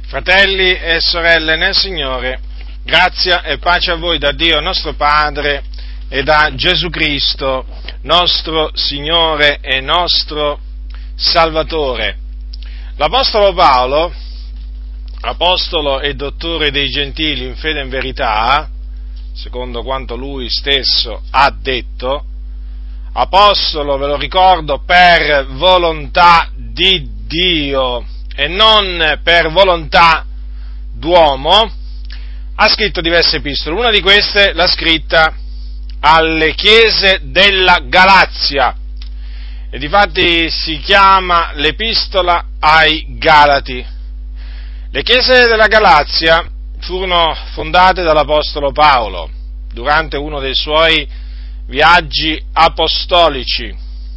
Fratelli e sorelle nel Signore, grazia e pace a voi da Dio nostro Padre e da Gesù Cristo, nostro Signore e nostro Salvatore. L'Apostolo Paolo, apostolo e dottore dei Gentili in fede e in verità, secondo quanto lui stesso ha detto, apostolo, ve lo ricordo, per volontà di Dio e non per volontà d'uomo, ha scritto diverse epistole. Una di queste l'ha scritta alle chiese della Galazia, e difatti si chiama l'Epistola ai Galati. Le chiese della Galazia furono fondate dall'Apostolo Paolo durante uno dei suoi viaggi apostolici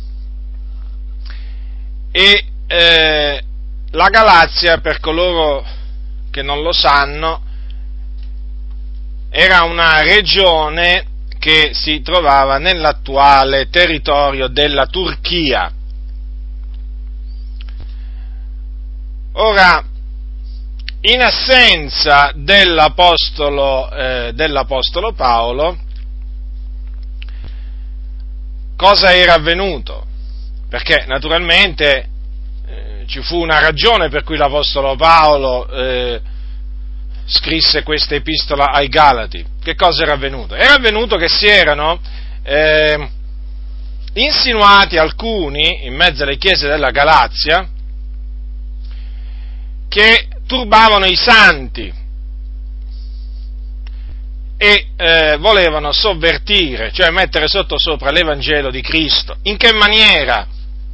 e la Galazia, per coloro che non lo sanno, era una regione che si trovava nell'attuale territorio della Turchia. Ora, in assenza dell'apostolo Paolo, cosa era avvenuto? Perché naturalmente ci fu una ragione per cui l'Apostolo Paolo scrisse questa epistola ai Galati. Che cosa era avvenuto? Era avvenuto che si erano insinuati alcuni in mezzo alle chiese della Galazia che turbavano i santi e volevano sovvertire, cioè mettere sottosopra l'Evangelo di Cristo. In che maniera?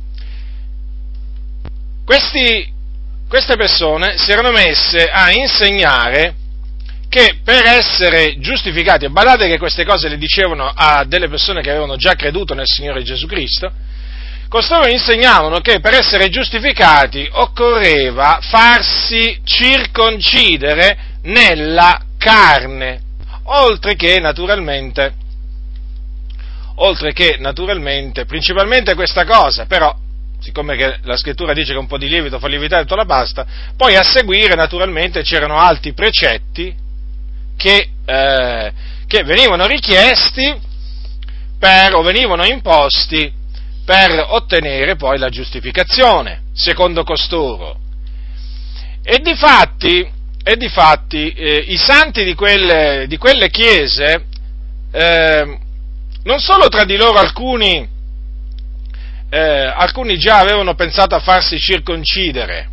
Queste persone si erano messe a insegnare che per essere giustificati, e badate che queste cose le dicevano a delle persone che avevano già creduto nel Signore Gesù Cristo, costoro insegnavano che per essere giustificati occorreva farsi circoncidere nella carne, oltre che naturalmente, principalmente questa cosa, però, siccome che la scrittura dice che un po' di lievito fa lievitare tutta la pasta, poi a seguire naturalmente c'erano altri precetti che venivano richiesti o venivano imposti per ottenere poi la giustificazione, secondo costoro. E difatti i santi di quelle chiese, non solo tra di loro alcuni già avevano pensato a farsi circoncidere,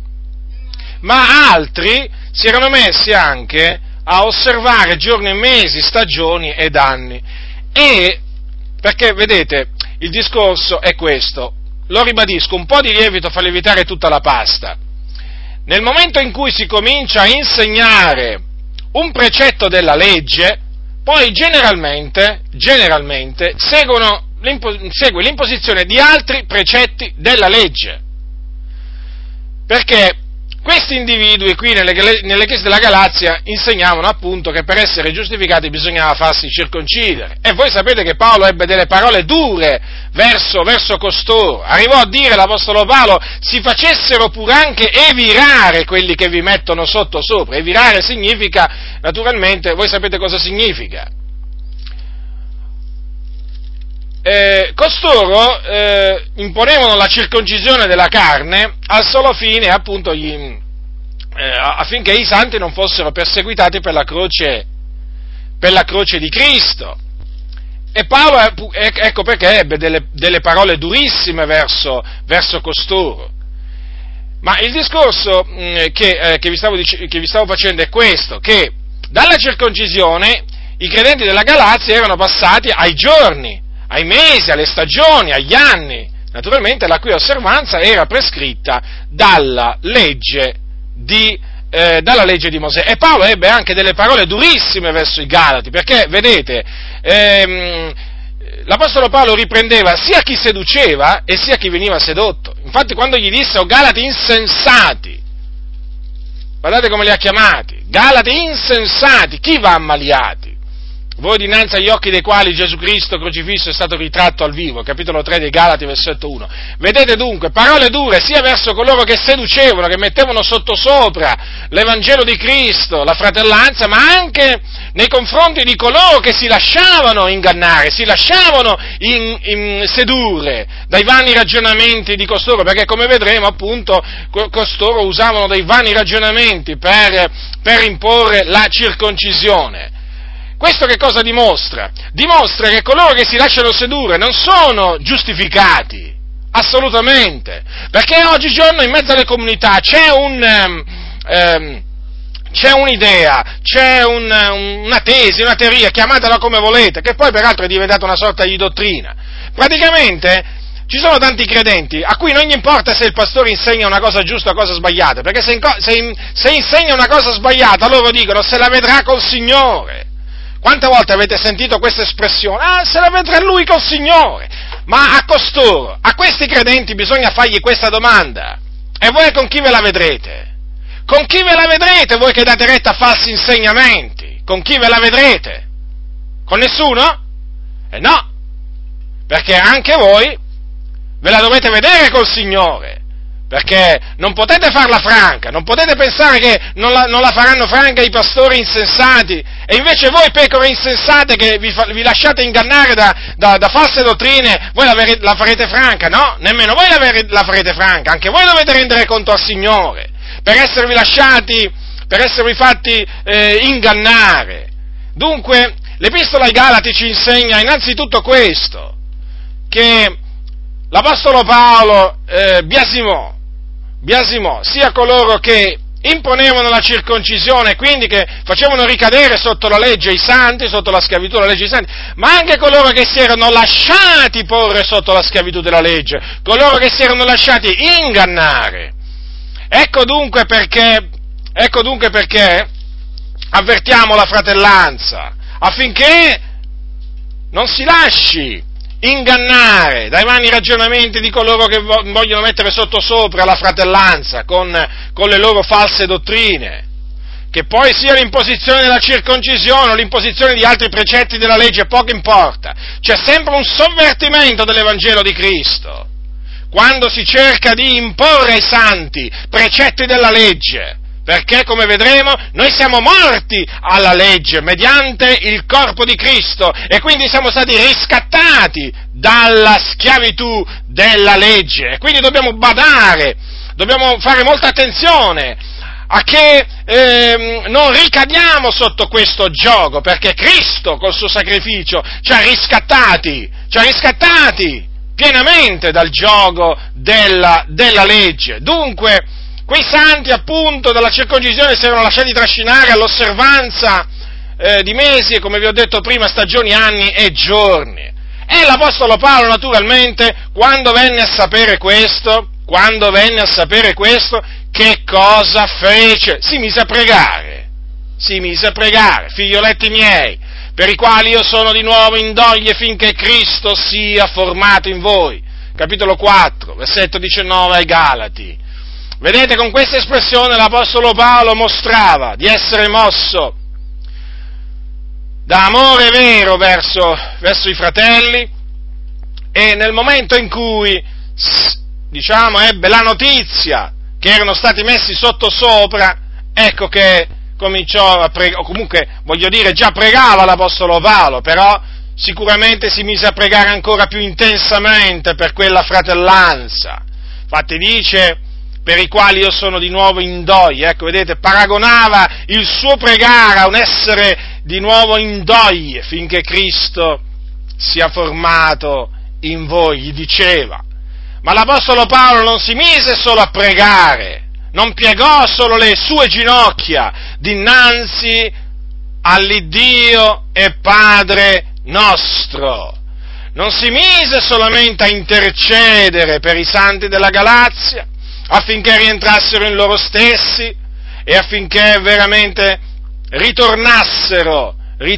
ma altri si erano messi anche a osservare giorni e mesi, stagioni ed anni. E perché, vedete, il discorso è questo, lo ribadisco, un po' di lievito fa lievitare tutta la pasta. Nel momento in cui si comincia a insegnare un precetto della legge, poi generalmente segue l'imposizione di altri precetti della legge, perché questi individui qui nelle chiese della Galazia insegnavano appunto che per essere giustificati bisognava farsi circoncidere, e voi sapete che Paolo ebbe delle parole dure verso costoro. Arrivò a dire l'Apostolo Paolo: si facessero pur anche evirare quelli che vi mettono sotto sopra. Evirare significa, naturalmente, voi sapete cosa significa. Costoro imponevano la circoncisione della carne al solo fine, appunto, affinché i santi non fossero perseguitati per la croce di Cristo. E Paolo, ecco perché ebbe delle parole durissime verso costoro. Ma il discorso che vi stavo facendo è questo, che dalla circoncisione i credenti della Galazia erano passati ai giorni, ai mesi, alle stagioni, agli anni, naturalmente la cui osservanza era prescritta dalla legge di Mosè. E Paolo ebbe anche delle parole durissime verso i Galati, perché, vedete, l'Apostolo Paolo riprendeva sia chi seduceva e sia chi veniva sedotto. Infatti quando gli disse: "O Galati insensati", guardate come li ha chiamati, Galati insensati, chi va ammaliati? Voi dinanzi agli occhi dei quali Gesù Cristo crocifisso è stato ritratto al vivo, capitolo 3 dei Galati, versetto 1. Vedete dunque, parole dure sia verso coloro che seducevano, che mettevano sottosopra l'Evangelo di Cristo, la fratellanza, ma anche nei confronti di coloro che si lasciavano ingannare, si lasciavano sedurre dai vani ragionamenti di costoro, perché come vedremo appunto costoro usavano dei vani ragionamenti per imporre la circoncisione. Questo che cosa dimostra? Dimostra che coloro che si lasciano sedurre non sono giustificati, assolutamente, perché oggigiorno in mezzo alle comunità c'è un'idea, c'è una tesi, una teoria, chiamatela come volete, che poi peraltro è diventata una sorta di dottrina. Praticamente ci sono tanti credenti a cui non gli importa se il pastore insegna una cosa giusta o cosa sbagliata, perché se insegna una cosa sbagliata loro dicono se la vedrà col Signore. Quante volte avete sentito questa espressione? Ah, se la vedrà lui col Signore! Ma a costoro, a questi credenti bisogna fargli questa domanda: e voi con chi ve la vedrete? Con chi ve la vedrete voi che date retta a falsi insegnamenti? Con chi ve la vedrete? Con nessuno? No, perché anche voi ve la dovete vedere col Signore, perché non potete farla franca, non potete pensare che non la faranno franca i pastori insensati, e invece voi pecore insensate che vi lasciate ingannare da false dottrine, voi la farete franca? No, nemmeno voi la farete franca, anche voi dovete rendere conto al Signore, per esservi fatti ingannare. Dunque, l'Epistola ai Galati ci insegna innanzitutto questo, che l'Apostolo Paolo biasimò sia coloro che imponevano la circoncisione, quindi che facevano ricadere sotto la legge i santi, sotto la schiavitù della legge i santi, ma anche coloro che si erano lasciati porre sotto la schiavitù della legge, coloro che si erano lasciati ingannare. Ecco dunque perché avvertiamo la fratellanza, affinché non si lasci ingannare dai vani ragionamenti di coloro che vogliono mettere sottosopra la fratellanza con le loro false dottrine, che poi sia l'imposizione della circoncisione o l'imposizione di altri precetti della legge, poco importa, c'è sempre un sovvertimento dell'Evangelo di Cristo, quando si cerca di imporre ai santi precetti della legge, perché, come vedremo, noi siamo morti alla legge mediante il corpo di Cristo e quindi siamo stati riscattati dalla schiavitù della legge. E quindi dobbiamo badare, dobbiamo fare molta attenzione a che non ricadiamo sotto questo giogo, perché Cristo col suo sacrificio ci ha riscattati pienamente dal giogo della legge. Dunque, quei santi, appunto, dalla circoncisione si erano lasciati trascinare all'osservanza di mesi e, come vi ho detto prima, stagioni, anni e giorni. E l'Apostolo Paolo, naturalmente, quando venne a sapere questo, che cosa fece? Si mise a pregare, figlioletti miei, per i quali io sono di nuovo in doglie finché Cristo sia formato in voi. Capitolo 4, versetto 19 ai Galati. Vedete, con questa espressione l'Apostolo Paolo mostrava di essere mosso da amore vero verso i fratelli, e nel momento in cui, ebbe la notizia che erano stati messi sottosopra, ecco che cominciò a pregare, o comunque, voglio dire, già pregava l'Apostolo Paolo, però sicuramente si mise a pregare ancora più intensamente per quella fratellanza. Infatti dice: per i quali io sono di nuovo in doglie. Ecco, vedete, paragonava il suo pregare a un essere di nuovo in doglie finché Cristo sia formato in voi, gli diceva. Ma l'Apostolo Paolo non si mise solo a pregare, non piegò solo le sue ginocchia dinanzi all'Iddio e Padre nostro, non si mise solamente a intercedere per i santi della Galazia, affinché rientrassero in loro stessi e affinché veramente ritornassero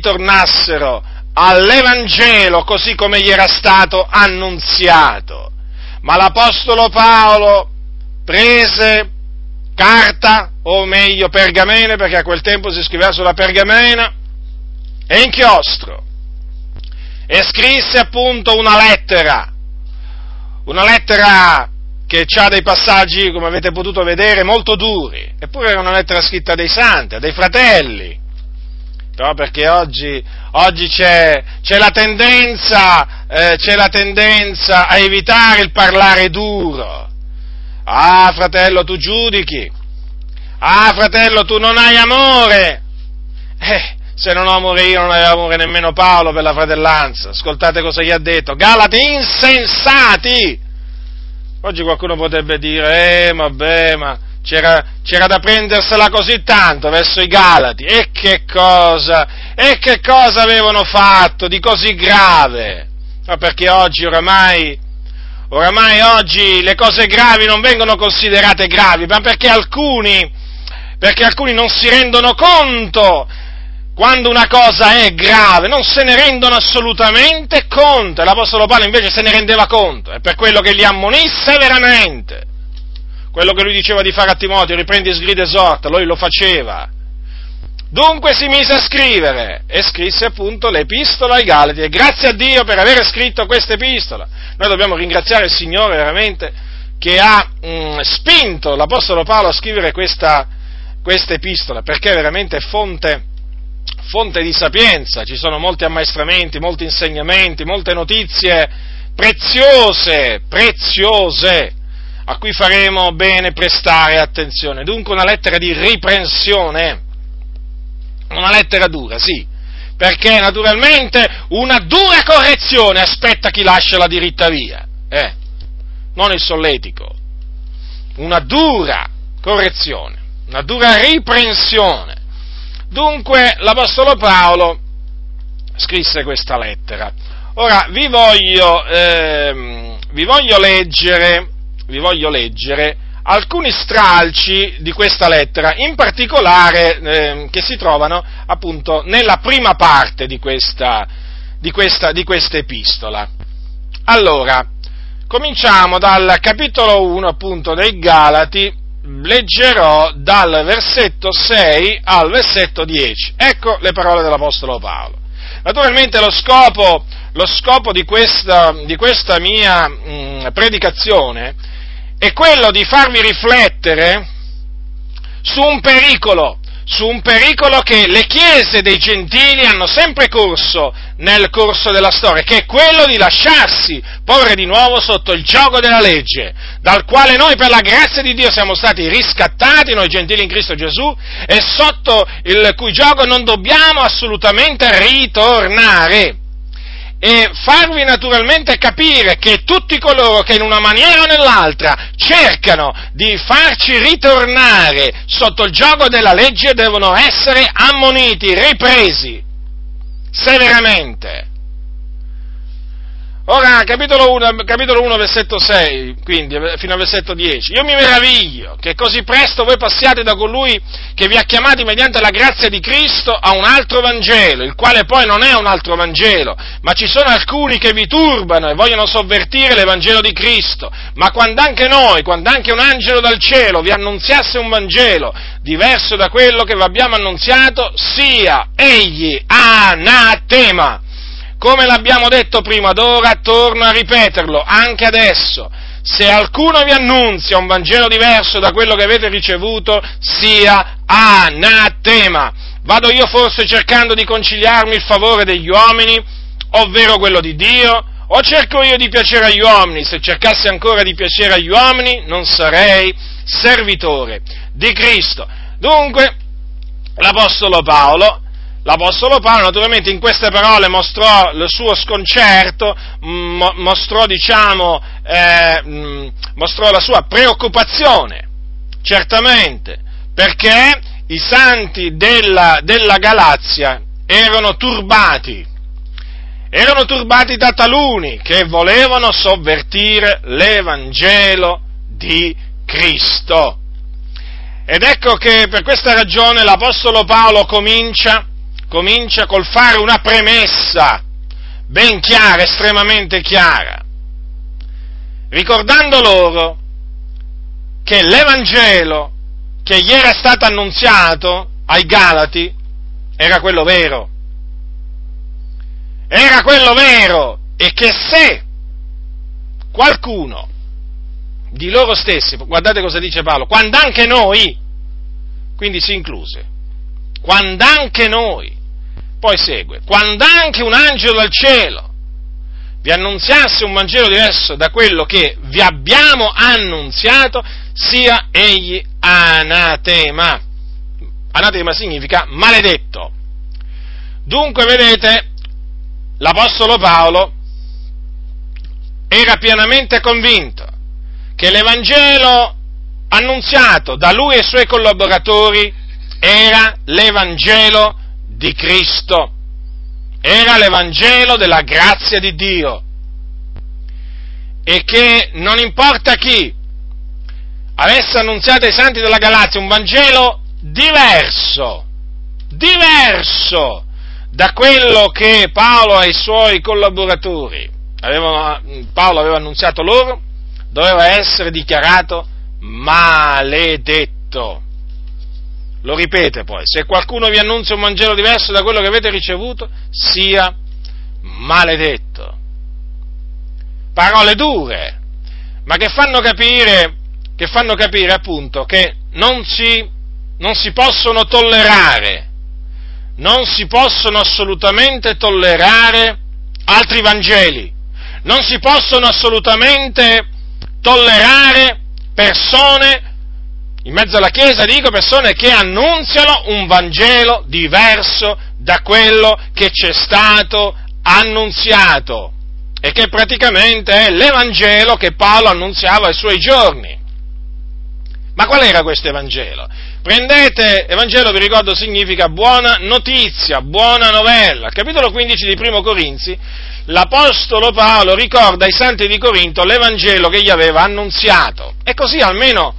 all'Evangelo così come gli era stato annunziato. Ma l'Apostolo Paolo prese carta, o meglio pergamene, perché a quel tempo si scriveva sulla pergamena, e inchiostro, e scrisse appunto una lettera che ha dei passaggi, come avete potuto vedere, molto duri, eppure era una lettera scritta dai santi, dei fratelli. Però perché oggi c'è la tendenza a evitare il parlare duro. Ah, fratello, tu giudichi. Ah, fratello, tu non hai amore. Se non ho amore io, non aveva amore nemmeno Paolo per la fratellanza. Ascoltate cosa gli ha detto. Galati insensati! Oggi qualcuno potrebbe dire, vabbè, ma c'era da prendersela così tanto verso i Galati. E che cosa avevano fatto di così grave? Ma perché oramai oggi le cose gravi non vengono considerate gravi, ma perché alcuni non si rendono conto quando una cosa è grave, non se ne rendono assolutamente conto, e l'Apostolo Paolo invece se ne rendeva conto, è per quello che li ammonì severamente, quello che lui diceva di fare a Timoteo, riprendi, sgrida, esorta, lui lo faceva. Dunque si mise a scrivere, e scrisse appunto l'epistola ai Galati, e grazie a Dio per aver scritto questa epistola. Noi dobbiamo ringraziare il Signore veramente che ha spinto l'Apostolo Paolo a scrivere questa epistola, perché è veramente fonte di sapienza, ci sono molti ammaestramenti, molti insegnamenti, molte notizie preziose, a cui faremo bene prestare attenzione. Dunque una lettera di riprensione, una lettera dura, sì, perché naturalmente una dura correzione aspetta chi lascia la diritta via, non il solletico, una dura correzione, una dura riprensione. Dunque l'Apostolo Paolo scrisse questa lettera. Ora vi voglio leggere alcuni stralci di questa lettera, in particolare che si trovano appunto nella prima parte di questa epistola. Allora, cominciamo dal capitolo 1 appunto dei Galati. Leggerò dal versetto 6 al versetto 10. Ecco le parole dell'Apostolo Paolo. Naturalmente lo scopo di questa mia predicazione è quello di farvi riflettere su un pericolo che le chiese dei gentili hanno sempre corso nel corso della storia, che è quello di lasciarsi porre di nuovo sotto il giogo della legge, dal quale noi per la grazia di Dio siamo stati riscattati, noi gentili in Cristo Gesù, e sotto il cui giogo non dobbiamo assolutamente ritornare. E farvi naturalmente capire che tutti coloro che in una maniera o nell'altra cercano di farci ritornare sotto il giogo della legge devono essere ammoniti, ripresi severamente. Ora, capitolo 1, versetto 6, quindi, fino al versetto 10. Io mi meraviglio che così presto voi passiate da colui che vi ha chiamati mediante la grazia di Cristo a un altro Vangelo, il quale poi non è un altro Vangelo, ma ci sono alcuni che vi turbano e vogliono sovvertire l'Evangelo di Cristo. Ma quando anche un angelo dal cielo vi annunziasse un Vangelo diverso da quello che vi abbiamo annunziato, sia egli anatema. Come l'abbiamo detto prima, ad ora torno a ripeterlo, anche adesso, se alcuno vi annunzia un Vangelo diverso da quello che avete ricevuto, sia anatema. Vado io forse cercando di conciliarmi il favore degli uomini, ovvero quello di Dio, o cerco io di piacere agli uomini? Se cercassi ancora di piacere agli uomini, non sarei servitore di Cristo. Dunque, l'Apostolo Paolo naturalmente in queste parole mostrò il suo sconcerto, mostrò la sua preoccupazione, certamente, perché i santi della Galazia erano turbati da taluni che volevano sovvertire l'Evangelo di Cristo. Ed ecco che per questa ragione l'Apostolo Paolo comincia col fare una premessa ben chiara, estremamente chiara, ricordando loro che l'Evangelo che gli era stato annunziato ai Galati era quello vero, e che se qualcuno di loro stessi, guardate cosa dice Paolo, quando anche noi, quindi si incluse, quando anche noi, poi segue, quando anche un angelo dal cielo vi annunziasse un Vangelo diverso da quello che vi abbiamo annunziato, sia egli anatema. Anatema significa maledetto. Dunque, vedete, l'Apostolo Paolo era pienamente convinto che l'Evangelo annunziato da lui e i suoi collaboratori era l'Evangelo di Cristo, era l'Evangelo della grazia di Dio, e che non importa chi avesse annunziato ai santi della Galazia un Vangelo diverso da quello che Paolo e i suoi collaboratori Paolo aveva annunziato loro, doveva essere dichiarato maledetto. Lo ripete poi, se qualcuno vi annunzia un Vangelo diverso da quello che avete ricevuto, sia maledetto. Parole dure, ma che fanno capire appunto che non si possono tollerare, non si possono assolutamente tollerare altri Vangeli, non si possono assolutamente tollerare persone, in mezzo alla Chiesa dico, persone che annunziano un Vangelo diverso da quello che c'è stato annunziato, e che praticamente è l'Evangelo che Paolo annunziava ai suoi giorni. Ma qual era questo Evangelo? Prendete, Evangelo, vi ricordo, significa buona notizia, buona novella. Al capitolo 15 di Primo Corinzi, l'Apostolo Paolo ricorda ai santi di Corinto l'Evangelo che gli aveva annunziato, e così almeno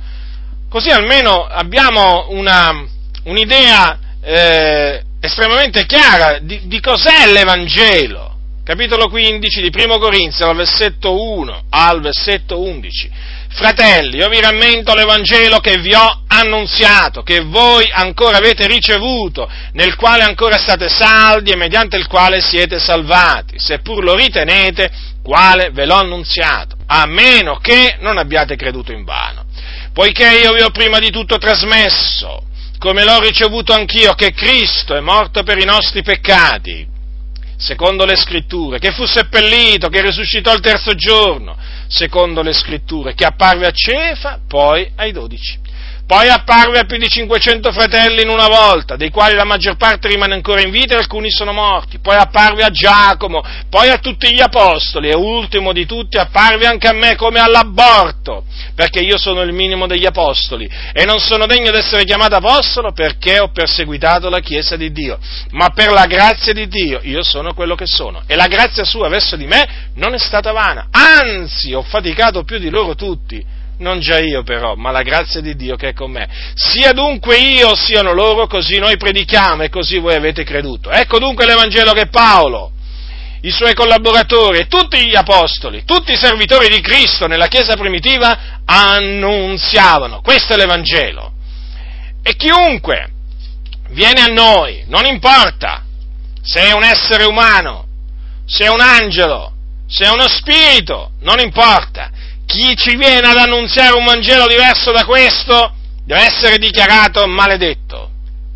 abbiamo un'idea estremamente chiara di cos'è l'Evangelo. Capitolo 15 di Primo Corinzi, dal versetto 1 al versetto 11. Fratelli, io vi rammento l'Evangelo che vi ho annunziato, che voi ancora avete ricevuto, nel quale ancora state saldi e mediante il quale siete salvati, seppur lo ritenete, quale ve l'ho annunziato, a meno che non abbiate creduto invano. Poiché io vi ho prima di tutto trasmesso, come l'ho ricevuto anch'io, che Cristo è morto per i nostri peccati, secondo le Scritture, che fu seppellito, che risuscitò il terzo giorno, secondo le Scritture, che apparve a Cefa, poi ai 12. Poi apparve a più di 500 fratelli in una volta, dei quali la maggior parte rimane ancora in vita e alcuni sono morti. Poi apparve a Giacomo, poi a tutti gli apostoli, e ultimo di tutti apparve anche a me come all'aborto, perché io sono il minimo degli apostoli, e non sono degno d'essere chiamato apostolo perché ho perseguitato la Chiesa di Dio. Ma per la grazia di Dio io sono quello che sono, e la grazia sua verso di me non è stata vana, anzi ho faticato più di loro tutti. Non già io però, ma la grazia di Dio che è con me. Sia dunque io, siano loro, così noi predichiamo e così voi avete creduto. Ecco dunque l'Evangelo che Paolo, i suoi collaboratori e tutti gli apostoli, tutti i servitori di Cristo nella Chiesa primitiva annunziavano. Questo è l'Evangelo. E chiunque viene a noi, non importa se è un essere umano, se è un angelo, se è uno spirito, non importa. Chi ci viene ad annunziare un Vangelo diverso da questo deve essere dichiarato maledetto.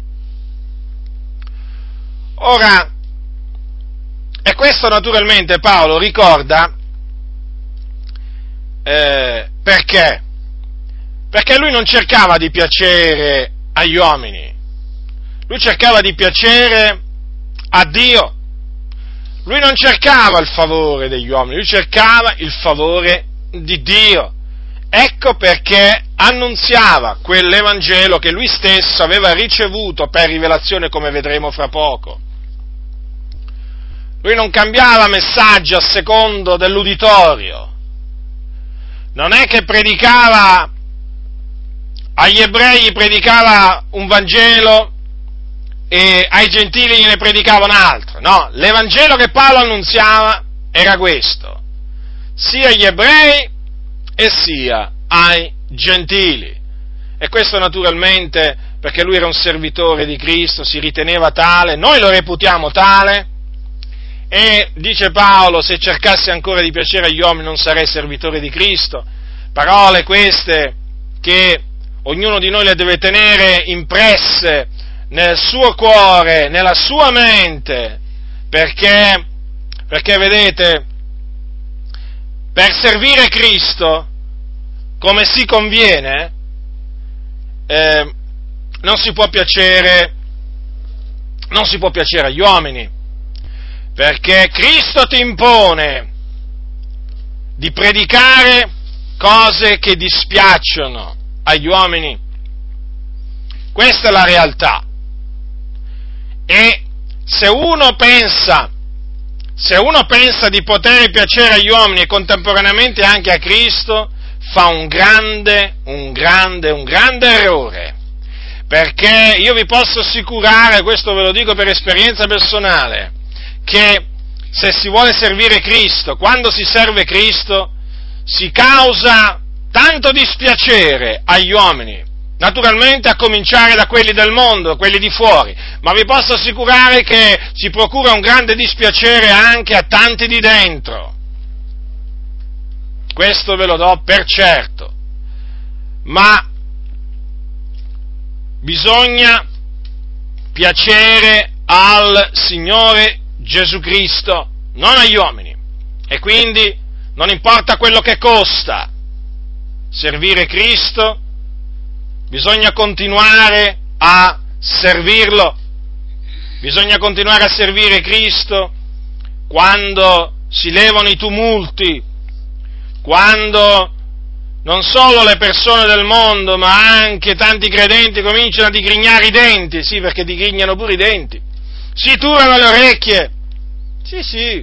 Ora, e questo naturalmente Paolo ricorda perché? Perché lui non cercava di piacere agli uomini, lui cercava di piacere a Dio. Lui non cercava il favore degli uomini, lui cercava il favore di Dio. Ecco perché annunziava quell'Evangelo che lui stesso aveva ricevuto per rivelazione, come vedremo fra poco. Lui non cambiava messaggio a secondo dell'uditorio. Non è che predicava agli ebrei, predicava un Vangelo e ai gentili gliene predicava un altro. No, l'Evangelo che Paolo annunziava era questo, sia agli ebrei e sia ai gentili. E questo naturalmente perché lui era un servitore di Cristo, si riteneva tale, noi lo reputiamo tale, e dice Paolo, se cercassi ancora di piacere agli uomini non sarei servitore di Cristo, parole queste che ognuno di noi le deve tenere impresse nel suo cuore, nella sua mente, perché vedete, per servire Cristo come si conviene, non si può piacere agli uomini, perché Cristo ti impone di predicare cose che dispiacciono agli uomini. Questa è la realtà. E se uno pensa di poter piacere agli uomini e contemporaneamente anche a Cristo, fa un grande errore. Perché io vi posso assicurare, questo ve lo dico per esperienza personale, che se si vuole servire Cristo, quando si serve Cristo, si causa tanto dispiacere agli uomini, naturalmente a cominciare da quelli del mondo, quelli di fuori, ma vi posso assicurare che si procura un grande dispiacere anche a tanti di dentro. Questo ve lo do per certo. Ma bisogna piacere al Signore Gesù Cristo, non agli uomini. E quindi non importa quello che costa servire Cristo, bisogna continuare a servirlo. Bisogna continuare a servire Cristo quando si levano i tumulti, quando non solo le persone del mondo, ma anche tanti credenti cominciano a digrignare i denti, sì, perché digrignano pure i denti, si turano le orecchie, sì,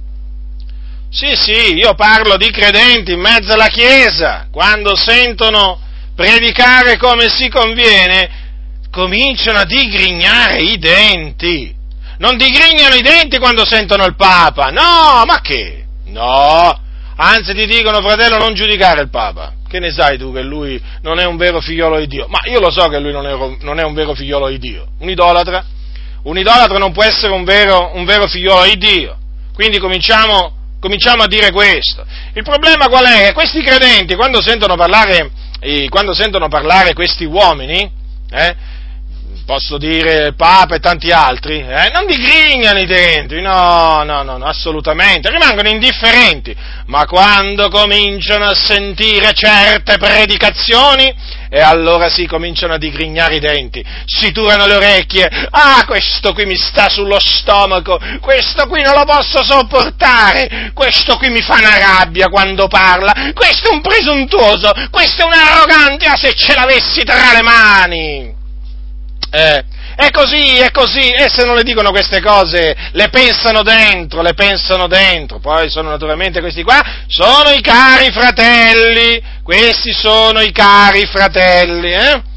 io parlo di credenti in mezzo alla Chiesa, quando sentono predicare come si conviene, cominciano a digrignare i denti. Non digrignano i denti quando sentono il Papa, no, ma che? No, anzi ti dicono: fratello, non giudicare il Papa, che ne sai tu che lui non è un vero figliolo di Dio? Ma io lo so che lui non è un vero figliolo di Dio, un idolatra non può essere un vero figliolo di Dio, quindi cominciamo a dire questo. Il problema qual è? Che questi credenti, quando sentono parlare questi uomini, posso dire il Papa e tanti altri, non digrignano i denti, no, assolutamente, rimangono indifferenti, ma quando cominciano a sentire certe predicazioni, e allora sì, cominciano a digrignare i denti, si turano le orecchie: questo qui mi sta sullo stomaco, questo qui non lo posso sopportare, questo qui mi fa una rabbia quando parla, questo è un presuntuoso, questo è un arrogante, se ce l'avessi tra le mani. È così, e se non le dicono queste cose, le pensano dentro, poi sono naturalmente questi qua, sono i cari fratelli, questi sono i cari fratelli,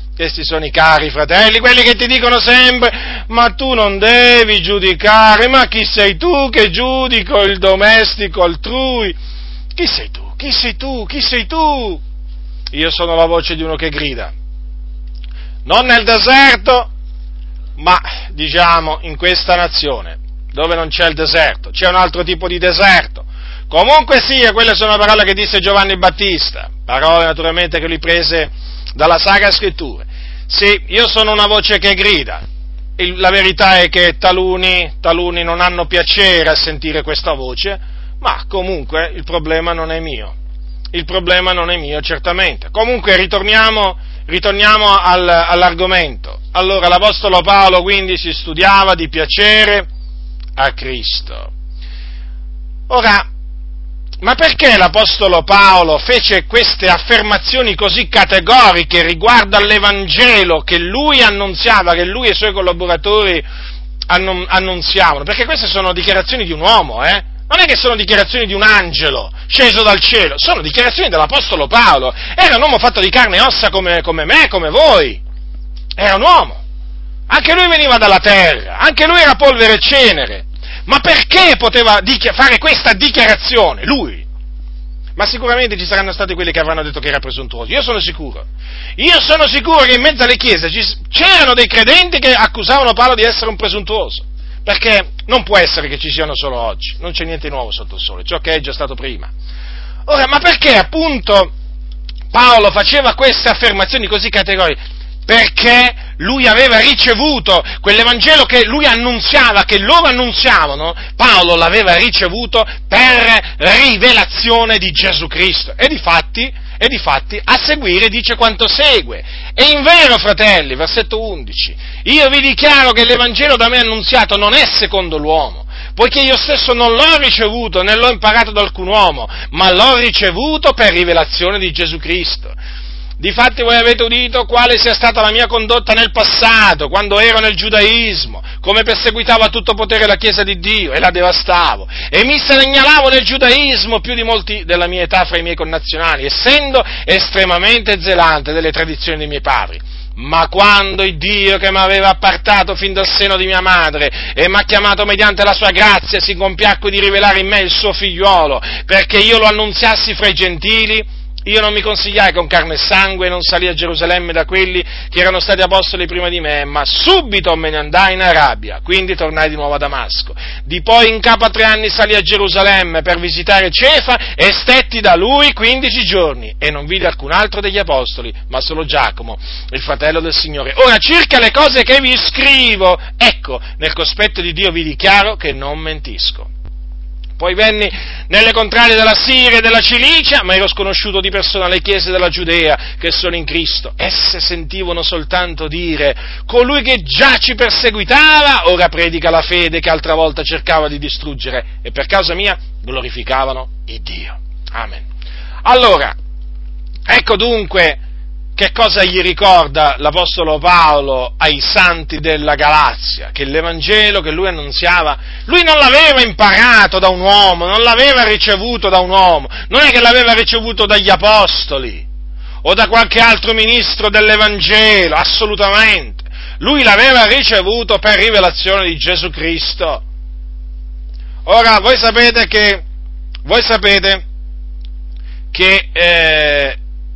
quelli che ti dicono sempre: ma tu non devi giudicare, ma chi sei tu che giudico il domestico altrui? Chi sei tu? Io sono la voce di uno che grida. Non nel deserto, ma diciamo in questa nazione, dove non c'è il deserto, c'è un altro tipo di deserto. Comunque sia, quelle sono parole che disse Giovanni Battista, parole naturalmente che lui prese dalla Sacra Scrittura. Sì, io sono una voce che grida. La verità è che taluni non hanno piacere a sentire questa voce, ma comunque il problema non è mio. Certamente. Comunque ritorniamo all'argomento. Allora, l'Apostolo Paolo quindi si studiava di piacere a Cristo. Ora, ma perché l'Apostolo Paolo fece queste affermazioni così categoriche riguardo all'Evangelo che lui annunziava, che lui e i suoi collaboratori annunziavano? Perché queste sono dichiarazioni di un uomo, Non è che sono dichiarazioni di un angelo sceso dal cielo, sono dichiarazioni dell'Apostolo Paolo. Era un uomo fatto di carne e ossa come me, come voi. Era un uomo. Anche lui veniva dalla terra, anche lui era polvere e cenere. Ma perché poteva fare questa dichiarazione, lui? Ma sicuramente ci saranno stati quelli che avranno detto che era presuntuoso. Io sono sicuro che in mezzo alle chiese c'erano dei credenti che accusavano Paolo di essere un presuntuoso. Perché non può essere che ci siano solo oggi, non c'è niente di nuovo sotto il sole, ciò che è già stato prima. Ora, ma perché appunto Paolo faceva queste affermazioni così categoriche? Perché lui aveva ricevuto quell'Evangelo che lui annunziava, che loro annunziavano, Paolo l'aveva ricevuto per rivelazione di Gesù Cristo. E difatti, a seguire dice quanto segue. E invero, fratelli, versetto 11, io vi dichiaro che l'Evangelo da me annunziato non è secondo l'uomo, poiché io stesso non l'ho ricevuto, né l'ho imparato da alcun uomo, ma l'ho ricevuto per rivelazione di Gesù Cristo. Difatti voi avete udito quale sia stata la mia condotta nel passato, quando ero nel giudaismo, come perseguitavo a tutto potere la Chiesa di Dio e la devastavo, e mi segnalavo nel giudaismo più di molti della mia età fra i miei connazionali, essendo estremamente zelante delle tradizioni dei miei padri. Ma quando il Dio che mi aveva appartato fin dal seno di mia madre e mi ha chiamato mediante la sua grazia si compiacque di rivelare in me il suo figliuolo, perché io lo annunziassi fra i gentili, io non mi consigliai con carne e sangue, non salì a Gerusalemme da quelli che erano stati apostoli prima di me, ma subito me ne andai in Arabia, quindi tornai di nuovo a Damasco. Di poi in capo a 3 anni salì a Gerusalemme per visitare Cefa e stetti da lui 15 giorni e non vidi alcun altro degli apostoli, ma solo Giacomo, il fratello del Signore. Ora, circa le cose che vi scrivo, ecco, nel cospetto di Dio vi dichiaro che non mentisco. Poi venni nelle contrade della Siria e della Cilicia, ma ero sconosciuto di persona alle chiese della Giudea che sono in Cristo. Esse sentivano soltanto dire: colui che già ci perseguitava, ora predica la fede che altra volta cercava di distruggere, e per causa mia glorificavano il Dio. Amen. Allora, ecco dunque che cosa gli ricorda l'Apostolo Paolo ai santi della Galazia, che l'Evangelo che lui annunziava, lui non l'aveva imparato da un uomo, non l'aveva ricevuto da un uomo, non è che l'aveva ricevuto dagli Apostoli o da qualche altro ministro dell'Evangelo, assolutamente. Lui l'aveva ricevuto per rivelazione di Gesù Cristo. Ora, voi sapete che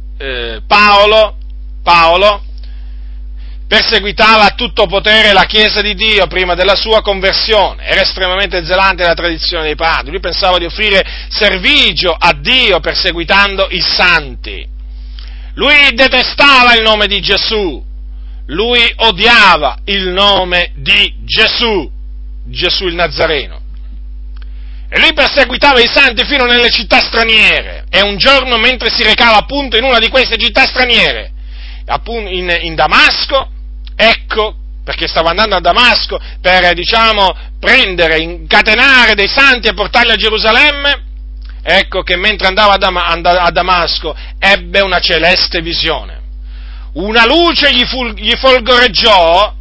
Paolo perseguitava a tutto potere la Chiesa di Dio prima della sua conversione, era estremamente zelante della tradizione dei padri, lui pensava di offrire servigio a Dio perseguitando i santi, lui detestava il nome di Gesù, lui odiava il nome di Gesù il Nazareno. E lui perseguitava i santi fino nelle città straniere, e un giorno, mentre si recava appunto in una di queste città straniere, appunto in Damasco, ecco, perché stava andando a Damasco per, prendere, incatenare dei santi e portarli a Gerusalemme, ecco che mentre andava a Damasco ebbe una celeste visione. Una luce gli folgoreggiò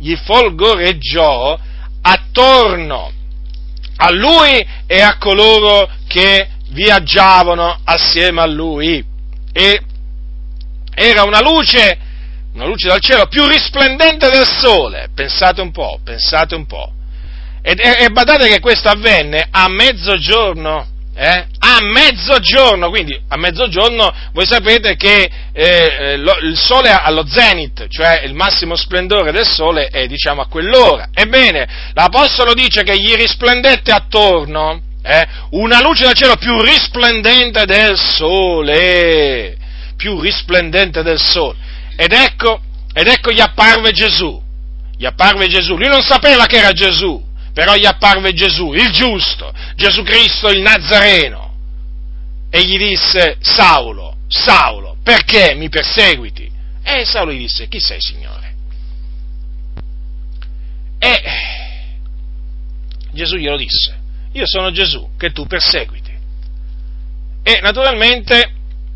attorno a lui e a coloro che viaggiavano assieme a lui, e era una luce dal cielo più risplendente del sole, pensate un po', e badate che questo avvenne a mezzogiorno, quindi a mezzogiorno voi sapete che il sole è allo zenit, cioè il massimo splendore del sole è a quell'ora. Ebbene, l'Apostolo dice che gli risplendette attorno una luce dal cielo più risplendente del sole, ed ecco gli apparve Gesù, lui non sapeva che era Gesù, però gli apparve Gesù, il giusto, Gesù Cristo il Nazareno, e gli disse: Saulo, Saulo, perché mi perseguiti? E Saulo gli disse: chi sei, Signore? E Gesù glielo disse: io sono Gesù che tu perseguiti. E naturalmente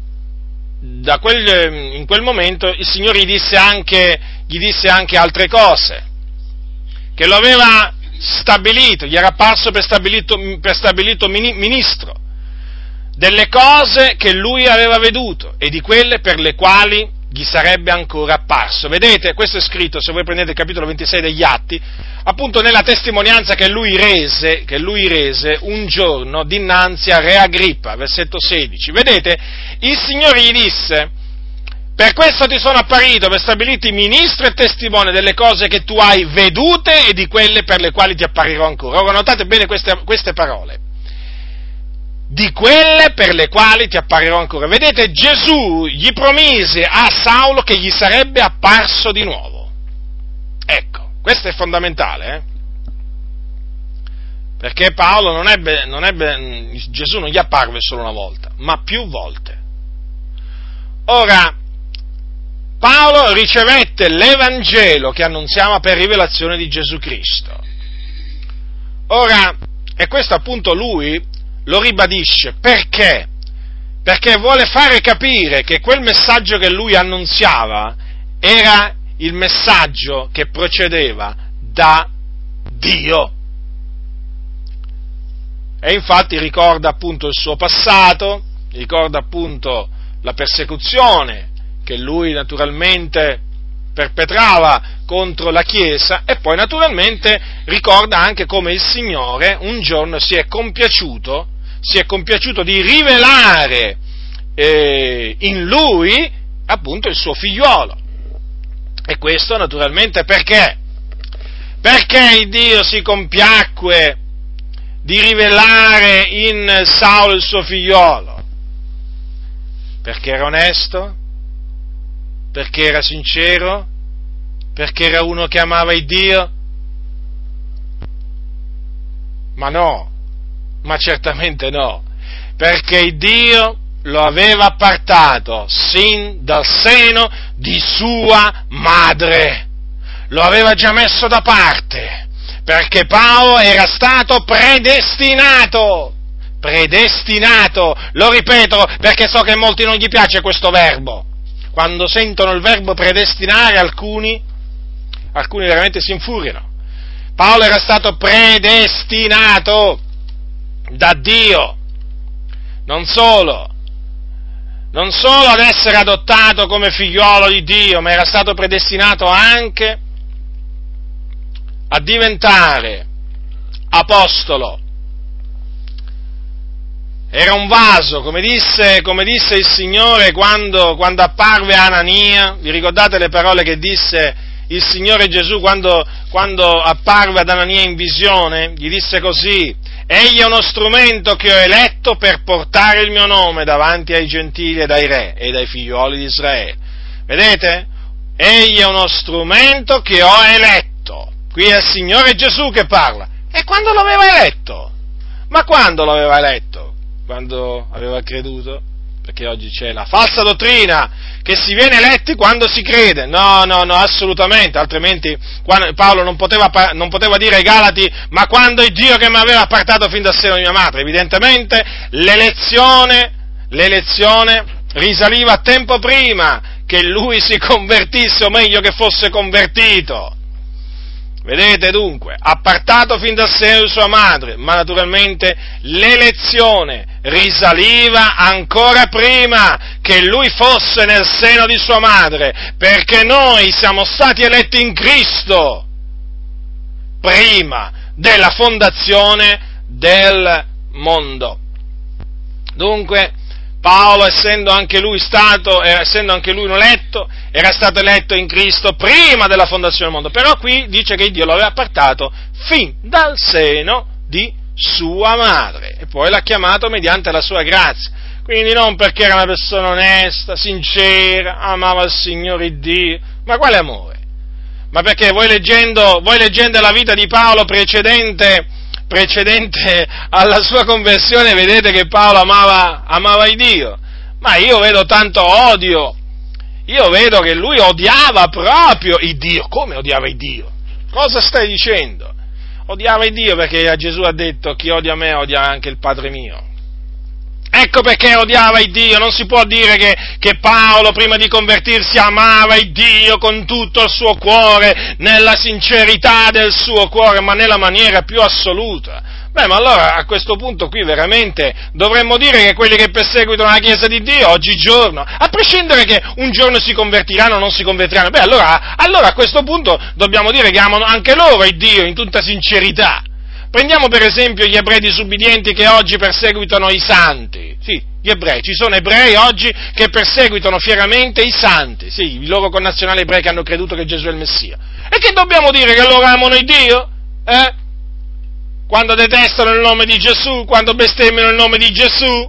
in quel momento il Signore gli disse anche altre cose, che lo aveva stabilito, gli era apparso per stabilito ministro, delle cose che lui aveva veduto e di quelle per le quali gli sarebbe ancora apparso. Vedete, questo è scritto, se voi prendete il capitolo 26 degli Atti, appunto nella testimonianza che lui rese un giorno dinanzi a Re Agrippa, versetto 16. Vedete, il Signore gli disse: per questo ti sono apparito, per stabilirti ministro e testimone delle cose che tu hai vedute e di quelle per le quali ti apparirò ancora. Ora notate bene queste parole. di quelle per le quali ti apparirò ancora. Vedete, Gesù gli promise a Saulo che gli sarebbe apparso di nuovo. Ecco, questo è fondamentale, perché Paolo Gesù non gli apparve solo una volta, ma più volte. Ora, Paolo ricevette l'Evangelo che annunziava per rivelazione di Gesù Cristo. Ora, e questo appunto lui lo ribadisce, perché? Perché vuole fare capire che quel messaggio che lui annunziava era il messaggio che procedeva da Dio. E infatti ricorda appunto il suo passato, ricorda appunto la persecuzione che lui naturalmente perpetrava contro la Chiesa, e poi naturalmente ricorda anche come il Signore un giorno si è compiaciuto di rivelare in lui appunto il suo figliuolo. E questo naturalmente perché? Perché il Dio si compiacque di rivelare in Saulo il suo figliolo? Perché era onesto? Perché era sincero? Perché era uno che amava il Dio? Ma no, ma certamente no, perché il Dio lo aveva appartato sin dal seno di sua madre, lo aveva già messo da parte, perché Paolo era stato predestinato, lo ripeto perché so che a molti non gli piace questo verbo. Quando sentono il verbo predestinare alcuni veramente si infuriano. Paolo era stato predestinato da Dio, non solo ad essere adottato come figliolo di Dio, ma era stato predestinato anche a diventare apostolo. Era un vaso, come disse il Signore quando apparve a Anania. Vi ricordate le parole che disse il Signore Gesù quando apparve ad Anania in visione? Gli disse così: egli è uno strumento che ho eletto per portare il mio nome davanti ai gentili ed ai re e ai figlioli di Israele. Vedete? Egli è uno strumento che ho eletto. Qui è il Signore Gesù che parla. E quando lo aveva eletto? Ma quando lo aveva eletto? Quando aveva creduto? Perché oggi c'è la falsa dottrina che si viene eletti quando si crede. No, assolutamente, altrimenti Paolo non poteva dire ai Galati: ma quando è Dio che mi aveva appartato fin dal seno di mia madre? Evidentemente l'elezione risaliva a tempo prima che lui si convertisse, o meglio che fosse convertito. Vedete dunque, appartato fin dal seno di sua madre, ma naturalmente l'elezione risaliva ancora prima che lui fosse nel seno di sua madre, perché noi siamo stati eletti in Cristo prima della fondazione del mondo. Dunque, Paolo, essendo anche lui un eletto, era stato eletto in Cristo prima della fondazione del mondo, però qui dice che Dio lo aveva appartato fin dal seno di sua madre, e poi l'ha chiamato mediante la sua grazia, quindi non perché era una persona onesta, sincera, amava il Signore Dio, ma quale amore? Ma perché voi leggendo la vita di Paolo precedente alla sua conversione, vedete che Paolo amava il Dio, ma io vedo tanto odio, io vedo che lui odiava proprio il Dio. Come odiava il Dio? Cosa stai dicendo? Odiava il Dio perché Gesù ha detto: chi odia me odia anche il Padre mio. Ecco perché odiava il Dio. Non si può dire che Paolo prima di convertirsi amava il Dio con tutto il suo cuore, nella sincerità del suo cuore, ma nella maniera più assoluta. Beh, ma allora a questo punto qui veramente dovremmo dire che quelli che perseguitano la Chiesa di Dio oggigiorno, a prescindere che un giorno si convertiranno o non si convertiranno, beh allora a questo punto dobbiamo dire che amano anche loro il Dio in tutta sincerità. Prendiamo per esempio gli ebrei disubbidienti che oggi perseguitano i santi. Sì, gli ebrei, ci sono ebrei oggi che perseguitano fieramente i santi, sì, i loro connazionali ebrei che hanno creduto che Gesù è il Messia. E che dobbiamo dire, che loro amano il Dio? quando detestano il nome di Gesù, quando bestemmiano il nome di Gesù.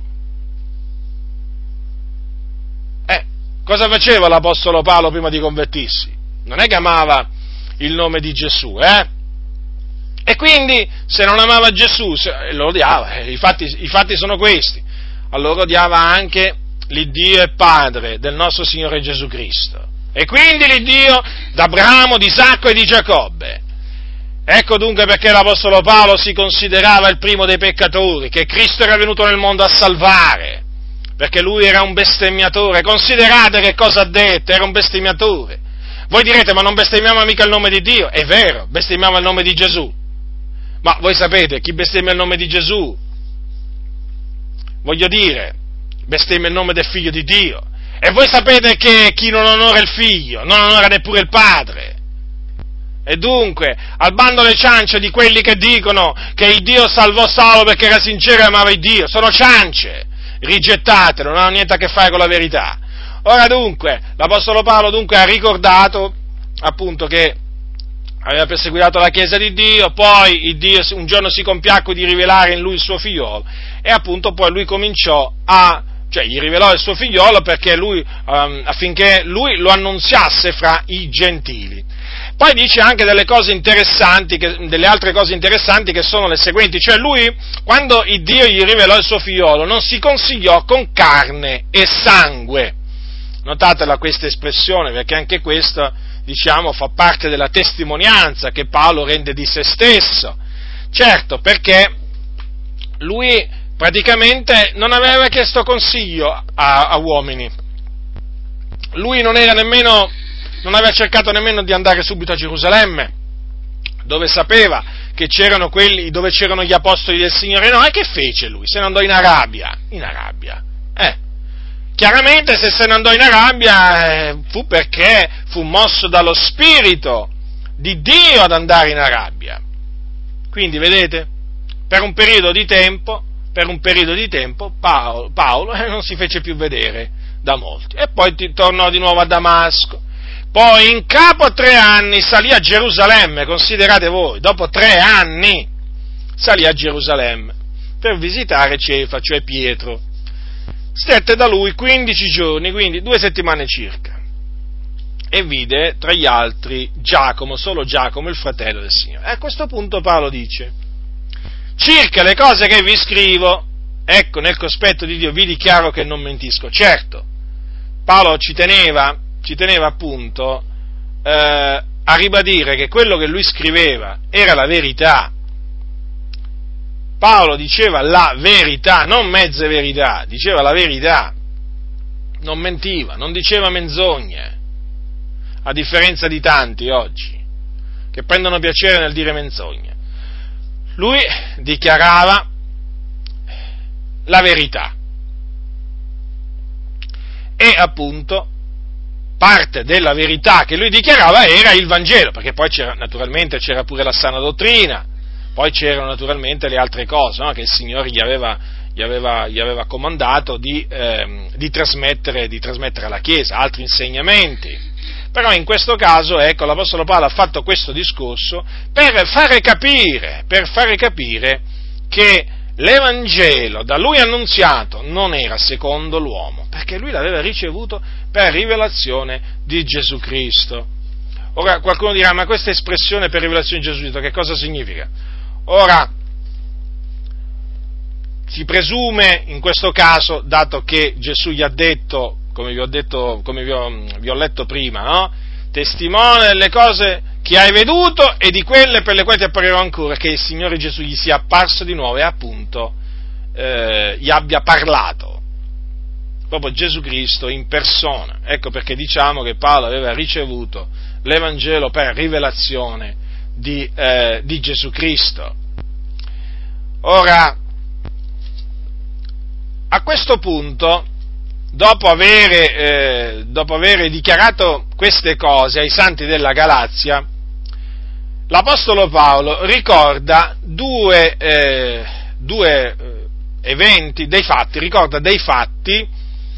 Cosa faceva l'Apostolo Paolo prima di convertirsi? Non è che amava il nome di Gesù, E quindi, se non amava Gesù, lo odiava, i fatti sono questi. Allora odiava anche l'Iddio e Padre del nostro Signore Gesù Cristo. E quindi l'Iddio d'Abramo, di Isacco e di Giacobbe. Ecco dunque perché l'Apostolo Paolo si considerava il primo dei peccatori, che Cristo era venuto nel mondo a salvare, perché lui era un bestemmiatore. Considerate che cosa ha detto, era un bestemmiatore. Voi direte, ma non bestemmiamo mica il nome di Dio? È vero, bestemmiamo il nome di Gesù. Ma voi sapete, chi bestemmia il nome di Gesù? Voglio dire, bestemmia il nome del Figlio di Dio. E voi sapete che chi non onora il Figlio, non onora neppure il Padre. E dunque, al bando le ciance di quelli che dicono che il Dio salvò Saulo perché era sincero e amava il Dio, sono ciance, rigettatelo, non hanno niente a che fare con la verità. Ora dunque, l'Apostolo Paolo dunque ha ricordato appunto che aveva perseguitato la Chiesa di Dio, poi il Dio un giorno si compiacque di rivelare in lui il suo figliolo, e appunto poi lui cominciò gli rivelò il suo figliolo perché affinché lui lo annunziasse fra i gentili. Poi dice anche delle altre cose interessanti che sono le seguenti, cioè lui, quando il Dio gli rivelò il suo figliolo, non si consigliò con carne e sangue. Notatela questa espressione, perché anche questa, fa parte della testimonianza che Paolo rende di se stesso. Certo, perché lui praticamente non aveva chiesto consiglio a uomini. Lui non aveva cercato nemmeno di andare subito a Gerusalemme, dove sapeva che c'erano dove c'erano gli apostoli del Signore. No, e che fece lui? Se ne andò in Arabia. Chiaramente se ne andò in Arabia fu perché fu mosso dallo Spirito di Dio ad andare in Arabia. Quindi vedete, per un periodo di tempo Paolo non si fece più vedere da molti, e poi tornò di nuovo a Damasco. Poi in capo a 3 anni salì a Gerusalemme, considerate voi, dopo 3 anni salì a Gerusalemme per visitare Cefa, cioè Pietro. Stette da lui 15 giorni, quindi 2 settimane circa, e vide tra gli altri solo Giacomo, il fratello del Signore. E a questo punto Paolo dice: circa le cose che vi scrivo, ecco, nel cospetto di Dio vi dichiaro che non mentisco. Certo, Paolo ci teneva appunto a ribadire che quello che lui scriveva era la verità. Paolo diceva la verità, non mezze verità, diceva la verità, non mentiva, non diceva menzogne, a differenza di tanti oggi, che prendono piacere nel dire menzogne. Lui dichiarava la verità, e appunto parte della verità che lui dichiarava era il Vangelo, perché poi c'era pure la sana dottrina, poi c'erano naturalmente le altre cose, no, che il Signore gli aveva comandato di trasmettere alla Chiesa, altri insegnamenti. Però in questo caso, ecco, l'Apostolo Paolo ha fatto questo discorso per fare capire che l'Evangelo da lui annunziato non era secondo l'uomo, perché lui l'aveva ricevuto per rivelazione di Gesù Cristo. Ora qualcuno dirà: ma questa espressione per rivelazione di Gesù Cristo che cosa significa? Ora, si presume in questo caso, dato che Gesù gli ha detto, come vi ho letto prima, no? Testimone delle cose che hai veduto e di quelle per le quali ti apparirò ancora, che il Signore Gesù gli sia apparso di nuovo e appunto gli abbia parlato, proprio Gesù Cristo in persona. Ecco perché diciamo che Paolo aveva ricevuto l'Evangelo per rivelazione di Gesù Cristo. Ora, a questo punto, dopo avere dichiarato queste cose ai santi della Galazia, l'Apostolo Paolo ricorda due eventi, dei fatti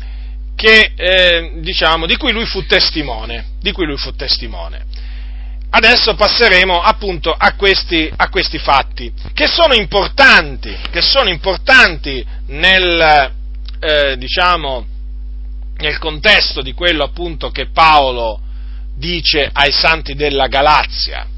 che, di cui lui fu testimone. adesso passeremo appunto a questi fatti, che sono importanti nel contesto di quello appunto che Paolo dice ai santi della Galazia.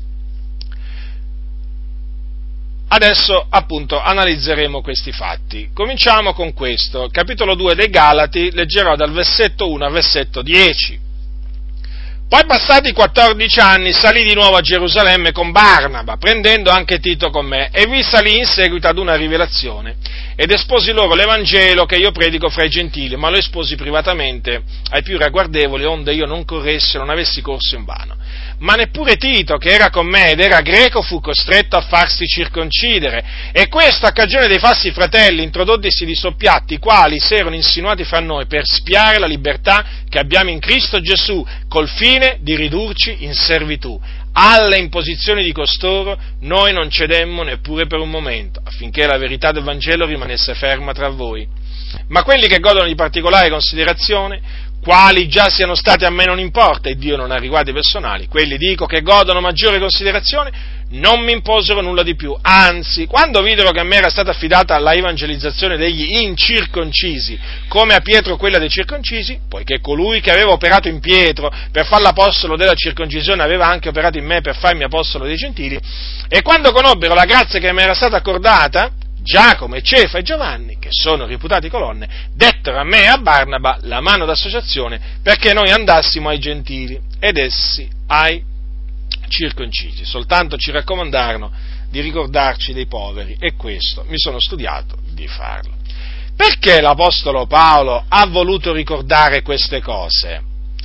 Adesso appunto analizzeremo questi fatti. Cominciamo con questo, capitolo 2 dei Galati, leggerò dal versetto 1 al versetto 10. Poi passati 14 anni salì di nuovo a Gerusalemme con Barnaba, prendendo anche Tito con me, e vi salì in seguito ad una rivelazione, ed esposi loro l'Evangelo che io predico fra i gentili, ma lo esposi privatamente ai più ragguardevoli, onde io non corressi e non avessi corso invano. Ma neppure Tito, che era con me ed era greco, fu costretto a farsi circoncidere, e questo a cagione dei falsi fratelli, introdottisi di soppiatti, i quali si erano insinuati fra noi per spiare la libertà che abbiamo in Cristo Gesù, col fine di ridurci in servitù. Alle imposizioni di costoro noi non cedemmo neppure per un momento, affinché la verità del Vangelo rimanesse ferma tra voi. Ma quelli che godono di particolare considerazione, quali già siano stati a me non importa, e Dio non ha riguardi personali, quelli dico che godono maggiore considerazione, non mi imposero nulla di più, anzi, quando videro che a me era stata affidata la evangelizzazione degli incirconcisi, come a Pietro quella dei circoncisi, poiché colui che aveva operato in Pietro per far l'apostolo della circoncisione aveva anche operato in me per farmi apostolo dei gentili, e quando conobbero la grazia che mi era stata accordata, Giacomo e Cefa e Giovanni, che sono reputati colonne, dettero a me e a Barnaba la mano d'associazione perché noi andassimo ai gentili ed essi ai circoncisi. Soltanto ci raccomandarono di ricordarci dei poveri, e questo mi sono studiato di farlo. Perché l'Apostolo Paolo ha voluto ricordare queste cose?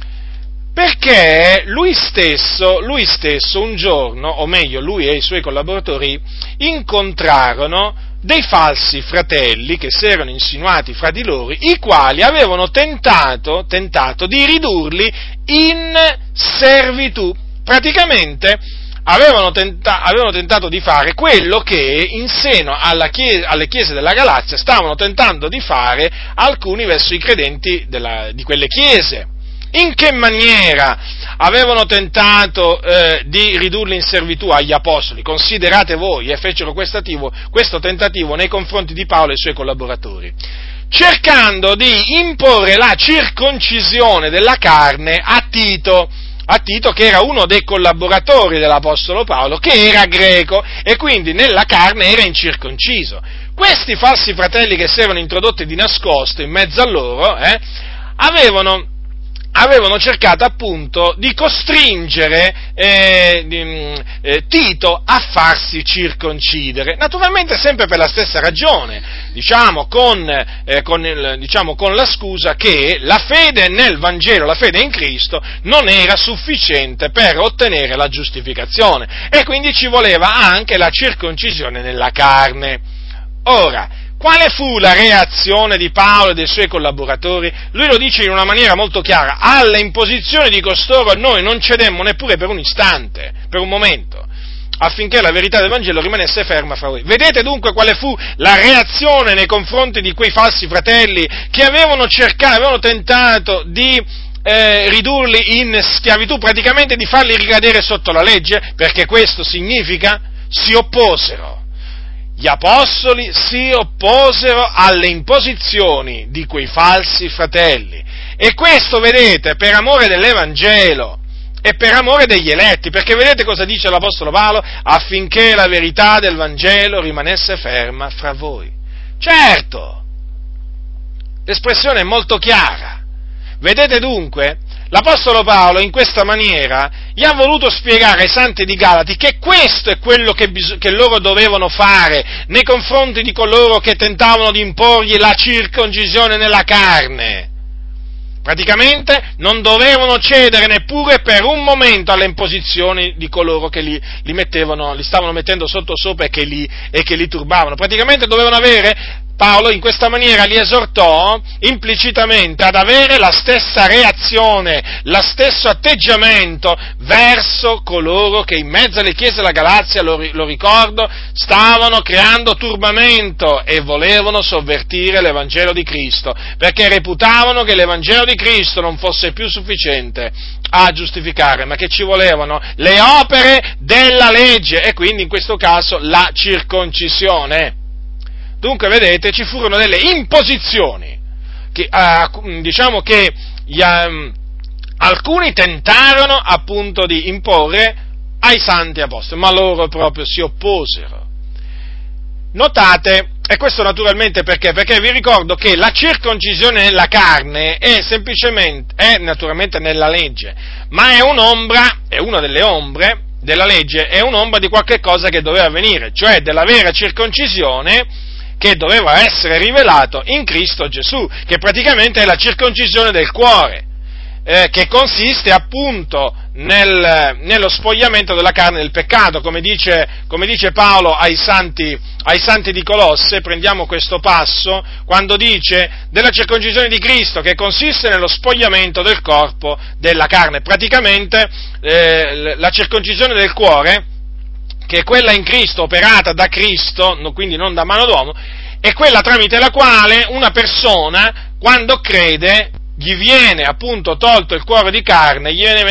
Perché lui stesso un giorno, o meglio lui e i suoi collaboratori, incontrarono dei falsi fratelli che si erano insinuati fra di loro, i quali avevano tentato di ridurli in servitù. Praticamente avevano tentato di fare quello che in seno alle chiese della Galazia stavano tentando di fare alcuni verso i credenti di quelle chiese. In che maniera avevano tentato di ridurli in servitù agli apostoli? Considerate voi, fecero questo tentativo nei confronti di Paolo e i suoi collaboratori, cercando di imporre la circoncisione della carne a Tito, che era uno dei collaboratori dell'Apostolo Paolo, che era greco e quindi nella carne era incirconciso. Questi falsi fratelli che si erano introdotti di nascosto in mezzo a loro, avevano cercato appunto di costringere Tito a farsi circoncidere, naturalmente sempre per la stessa ragione, con la scusa che la fede nel Vangelo, la fede in Cristo, non era sufficiente per ottenere la giustificazione, e quindi ci voleva anche la circoncisione nella carne. Ora, quale fu la reazione di Paolo e dei suoi collaboratori? Lui lo dice in una maniera molto chiara: alle imposizioni di costoro noi non cedemmo neppure per un istante, per un momento, affinché la verità del Vangelo rimanesse ferma fra voi. Vedete dunque quale fu la reazione nei confronti di quei falsi fratelli che avevano tentato di ridurli in schiavitù, praticamente di farli ricadere sotto la legge, perché questo significa si opposero. Gli apostoli si opposero alle imposizioni di quei falsi fratelli, e questo, vedete, per amore dell'Evangelo e per amore degli eletti, perché vedete cosa dice l'Apostolo Paolo? Affinché la verità del Vangelo rimanesse ferma fra voi. Certo, l'espressione è molto chiara. Vedete dunque, l'Apostolo Paolo in questa maniera gli ha voluto spiegare ai santi di Galati che questo è quello che loro dovevano fare nei confronti di coloro che tentavano di imporgli la circoncisione nella carne. Praticamente non dovevano cedere neppure per un momento alle imposizioni di coloro che li stavano mettendo sotto sopra e che li turbavano. Praticamente dovevano avere Paolo in questa maniera li esortò implicitamente ad avere la stessa reazione, lo stesso atteggiamento verso coloro che in mezzo alle chiese della Galazia, lo ricordo, stavano creando turbamento e volevano sovvertire l'Evangelo di Cristo, perché reputavano che l'Evangelo di Cristo non fosse più sufficiente a giustificare, ma che ci volevano le opere della legge e quindi in questo caso la circoncisione. Dunque, vedete, ci furono delle imposizioni, che, diciamo che alcuni tentarono appunto di imporre ai santi apostoli, ma loro proprio si opposero. Notate, e questo naturalmente perché? Perché vi ricordo che la circoncisione nella carne è naturalmente nella legge, ma è una delle ombre della legge, è un'ombra di qualche cosa che doveva avvenire, cioè della vera circoncisione che doveva essere rivelato in Cristo Gesù, che praticamente è la circoncisione del cuore, che consiste appunto nello spogliamento della carne del peccato, come dice Paolo ai santi di Colosse. Prendiamo questo passo, quando dice della circoncisione di Cristo, che consiste nello spogliamento del corpo della carne, praticamente la circoncisione del cuore, che è quella in Cristo, operata da Cristo, quindi non da mano d'uomo, è quella tramite la quale una persona, quando crede, gli viene appunto tolto il cuore di carne, gli viene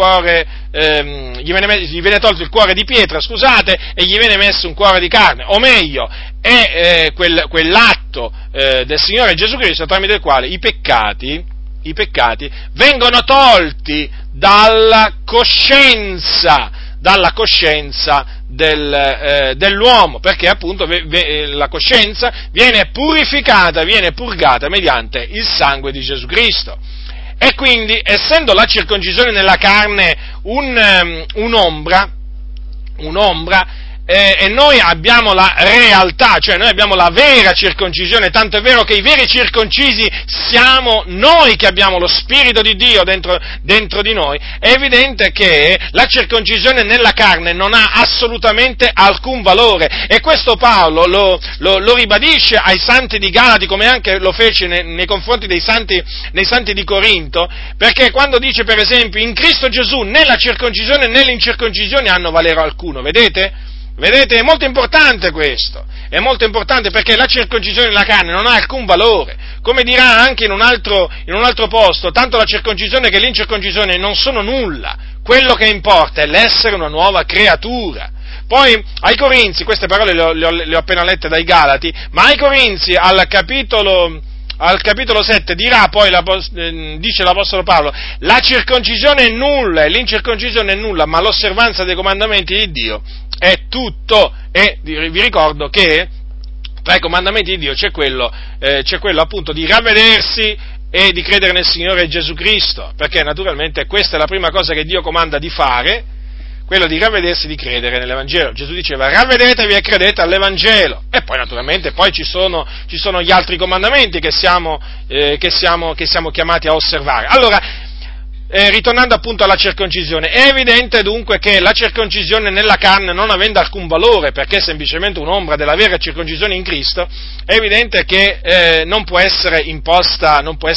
tolto il cuore di pietra, scusate, e gli viene messo un cuore di carne, o meglio, è quell'atto del Signore Gesù Cristo tramite il quale i peccati vengono tolti dalla coscienza dell'uomo, perché appunto la coscienza viene purificata, viene purgata mediante il sangue di Gesù Cristo. E quindi, essendo la circoncisione nella carne un'ombra, e noi abbiamo la realtà, cioè noi abbiamo la vera circoncisione, tanto è vero che i veri circoncisi siamo noi che abbiamo lo Spirito di Dio dentro di noi, è evidente che la circoncisione nella carne non ha assolutamente alcun valore, e questo Paolo lo ribadisce ai santi di Galati, come anche lo fece nei confronti dei santi di Corinto, perché quando dice per esempio in Cristo Gesù né la circoncisione né l'incirconcisione hanno valore alcuno, vedete? Vedete, è molto importante questo, è molto importante perché la circoncisione della carne non ha alcun valore, come dirà anche in un altro posto, tanto la circoncisione che l'incirconcisione non sono nulla, quello che importa è l'essere una nuova creatura. Poi ai Corinzi, queste parole le ho appena lette dai Galati, ma ai Corinzi al capitolo 7 dirà poi, dice l'Apostolo Paolo, la circoncisione è nulla e l'incirconcisione è nulla, ma l'osservanza dei comandamenti di Dio è tutto. E vi ricordo che tra i comandamenti di Dio c'è quello appunto di ravvedersi e di credere nel Signore Gesù Cristo, perché naturalmente questa è la prima cosa che Dio comanda di fare, quello di ravvedersi e di credere nell'Evangelo. Gesù diceva ravvedetevi e credete all'Evangelo, e poi naturalmente poi ci sono gli altri comandamenti che siamo chiamati a osservare. Allora, ritornando appunto alla circoncisione, è evidente dunque che la circoncisione nella carne, non avendo alcun valore, perché è semplicemente un'ombra della vera circoncisione in Cristo, è evidente che non può essere imposta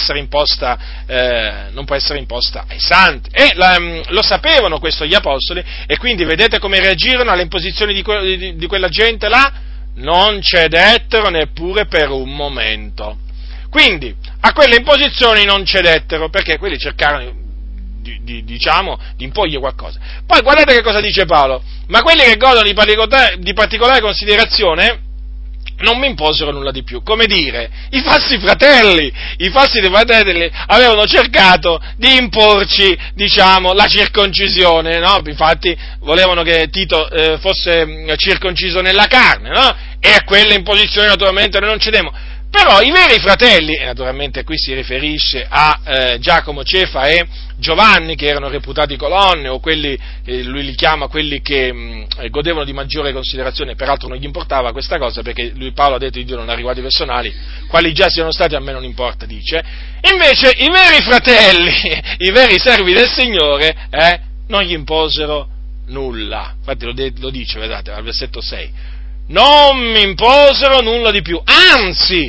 ai santi. E lo sapevano questo gli apostoli, e quindi vedete come reagirono alle imposizioni di quella gente là? Non cedettero neppure per un momento. Quindi a quelle imposizioni non cedettero, perché quelli cercarono di imporgli qualcosa. Poi guardate che cosa dice Paolo: ma quelli che godono di particolare considerazione non mi imposero nulla di più. Come dire, i falsi fratelli avevano cercato di imporci, la circoncisione, no? Infatti volevano che Tito fosse circonciso nella carne, no? E a quelle imposizioni naturalmente noi non cedemmo. Però i veri fratelli, e naturalmente qui si riferisce a Giacomo, Cefa e Giovanni, che erano reputati colonne, o quelli, lui li chiama quelli che godevano di maggiore considerazione, peraltro non gli importava questa cosa, perché Paolo ha detto di Dio non ha riguardi personali, quali già siano stati a me non importa, dice. Invece i veri fratelli, i veri servi del Signore, non gli imposero nulla. Infatti lo dice, vedete, al versetto 6. non mi imposero nulla di più, anzi,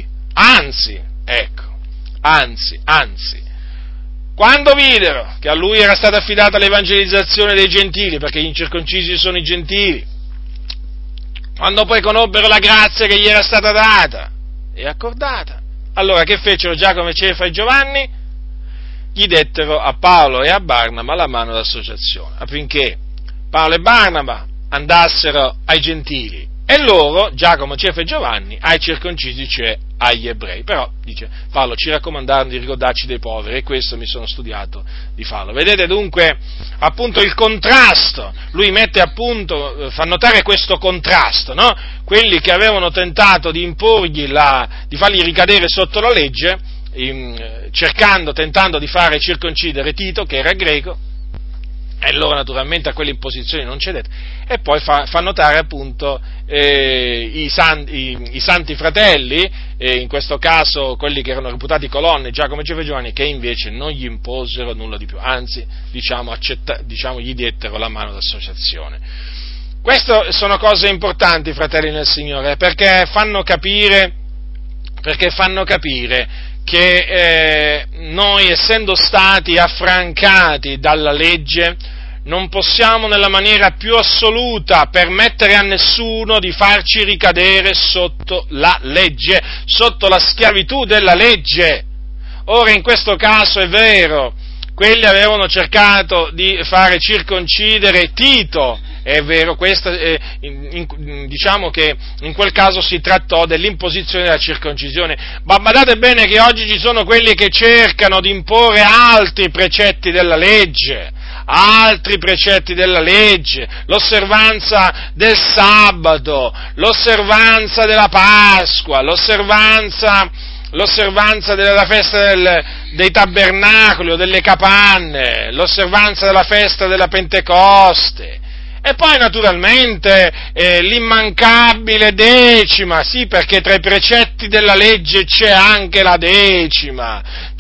quando videro che a lui era stata affidata l'evangelizzazione dei gentili, perché gli incirconcisi sono i gentili, quando poi conobbero la grazia che gli era stata data e accordata, allora che fecero Giacomo, Cefa e Giovanni? Gli dettero a Paolo e a Barnaba la mano d'associazione, affinché Paolo e Barnaba andassero ai gentili e loro, Giacomo, Cefa e Giovanni, ai circoncisi, cioè agli ebrei. Però, dice Paolo, ci raccomandarono di ricordarci dei poveri, e questo mi sono studiato di farlo. Vedete dunque, appunto, il contrasto, lui mette appunto, fa notare questo contrasto, no? Quelli che avevano tentato di imporgli di fargli ricadere sotto la legge, tentando di fare circoncidere Tito, che era greco, e loro naturalmente a quelle imposizioni non cedette, e poi fa notare appunto i santi fratelli, in questo caso quelli che erano reputati colonne, Giacomo, Cefa e Giovanni, che invece non gli imposero nulla di più, anzi gli diettero la mano d'associazione. Queste sono cose importanti, fratelli nel Signore, perché fanno capire che noi, essendo stati affrancati dalla legge, non possiamo nella maniera più assoluta permettere a nessuno di farci ricadere sotto la legge, sotto la schiavitù della legge. Ora, in questo caso è vero, quelli avevano cercato di fare circoncidere Tito, è vero, diciamo che in quel caso si trattò dell'imposizione della circoncisione, ma badate bene che oggi ci sono quelli che cercano di imporre altri precetti della legge, l'osservanza del sabato, l'osservanza della Pasqua, l'osservanza della festa dei tabernacoli o delle capanne, l'osservanza della festa della Pentecoste, e poi naturalmente l'immancabile decima, sì, perché tra i precetti della legge c'è anche la decima,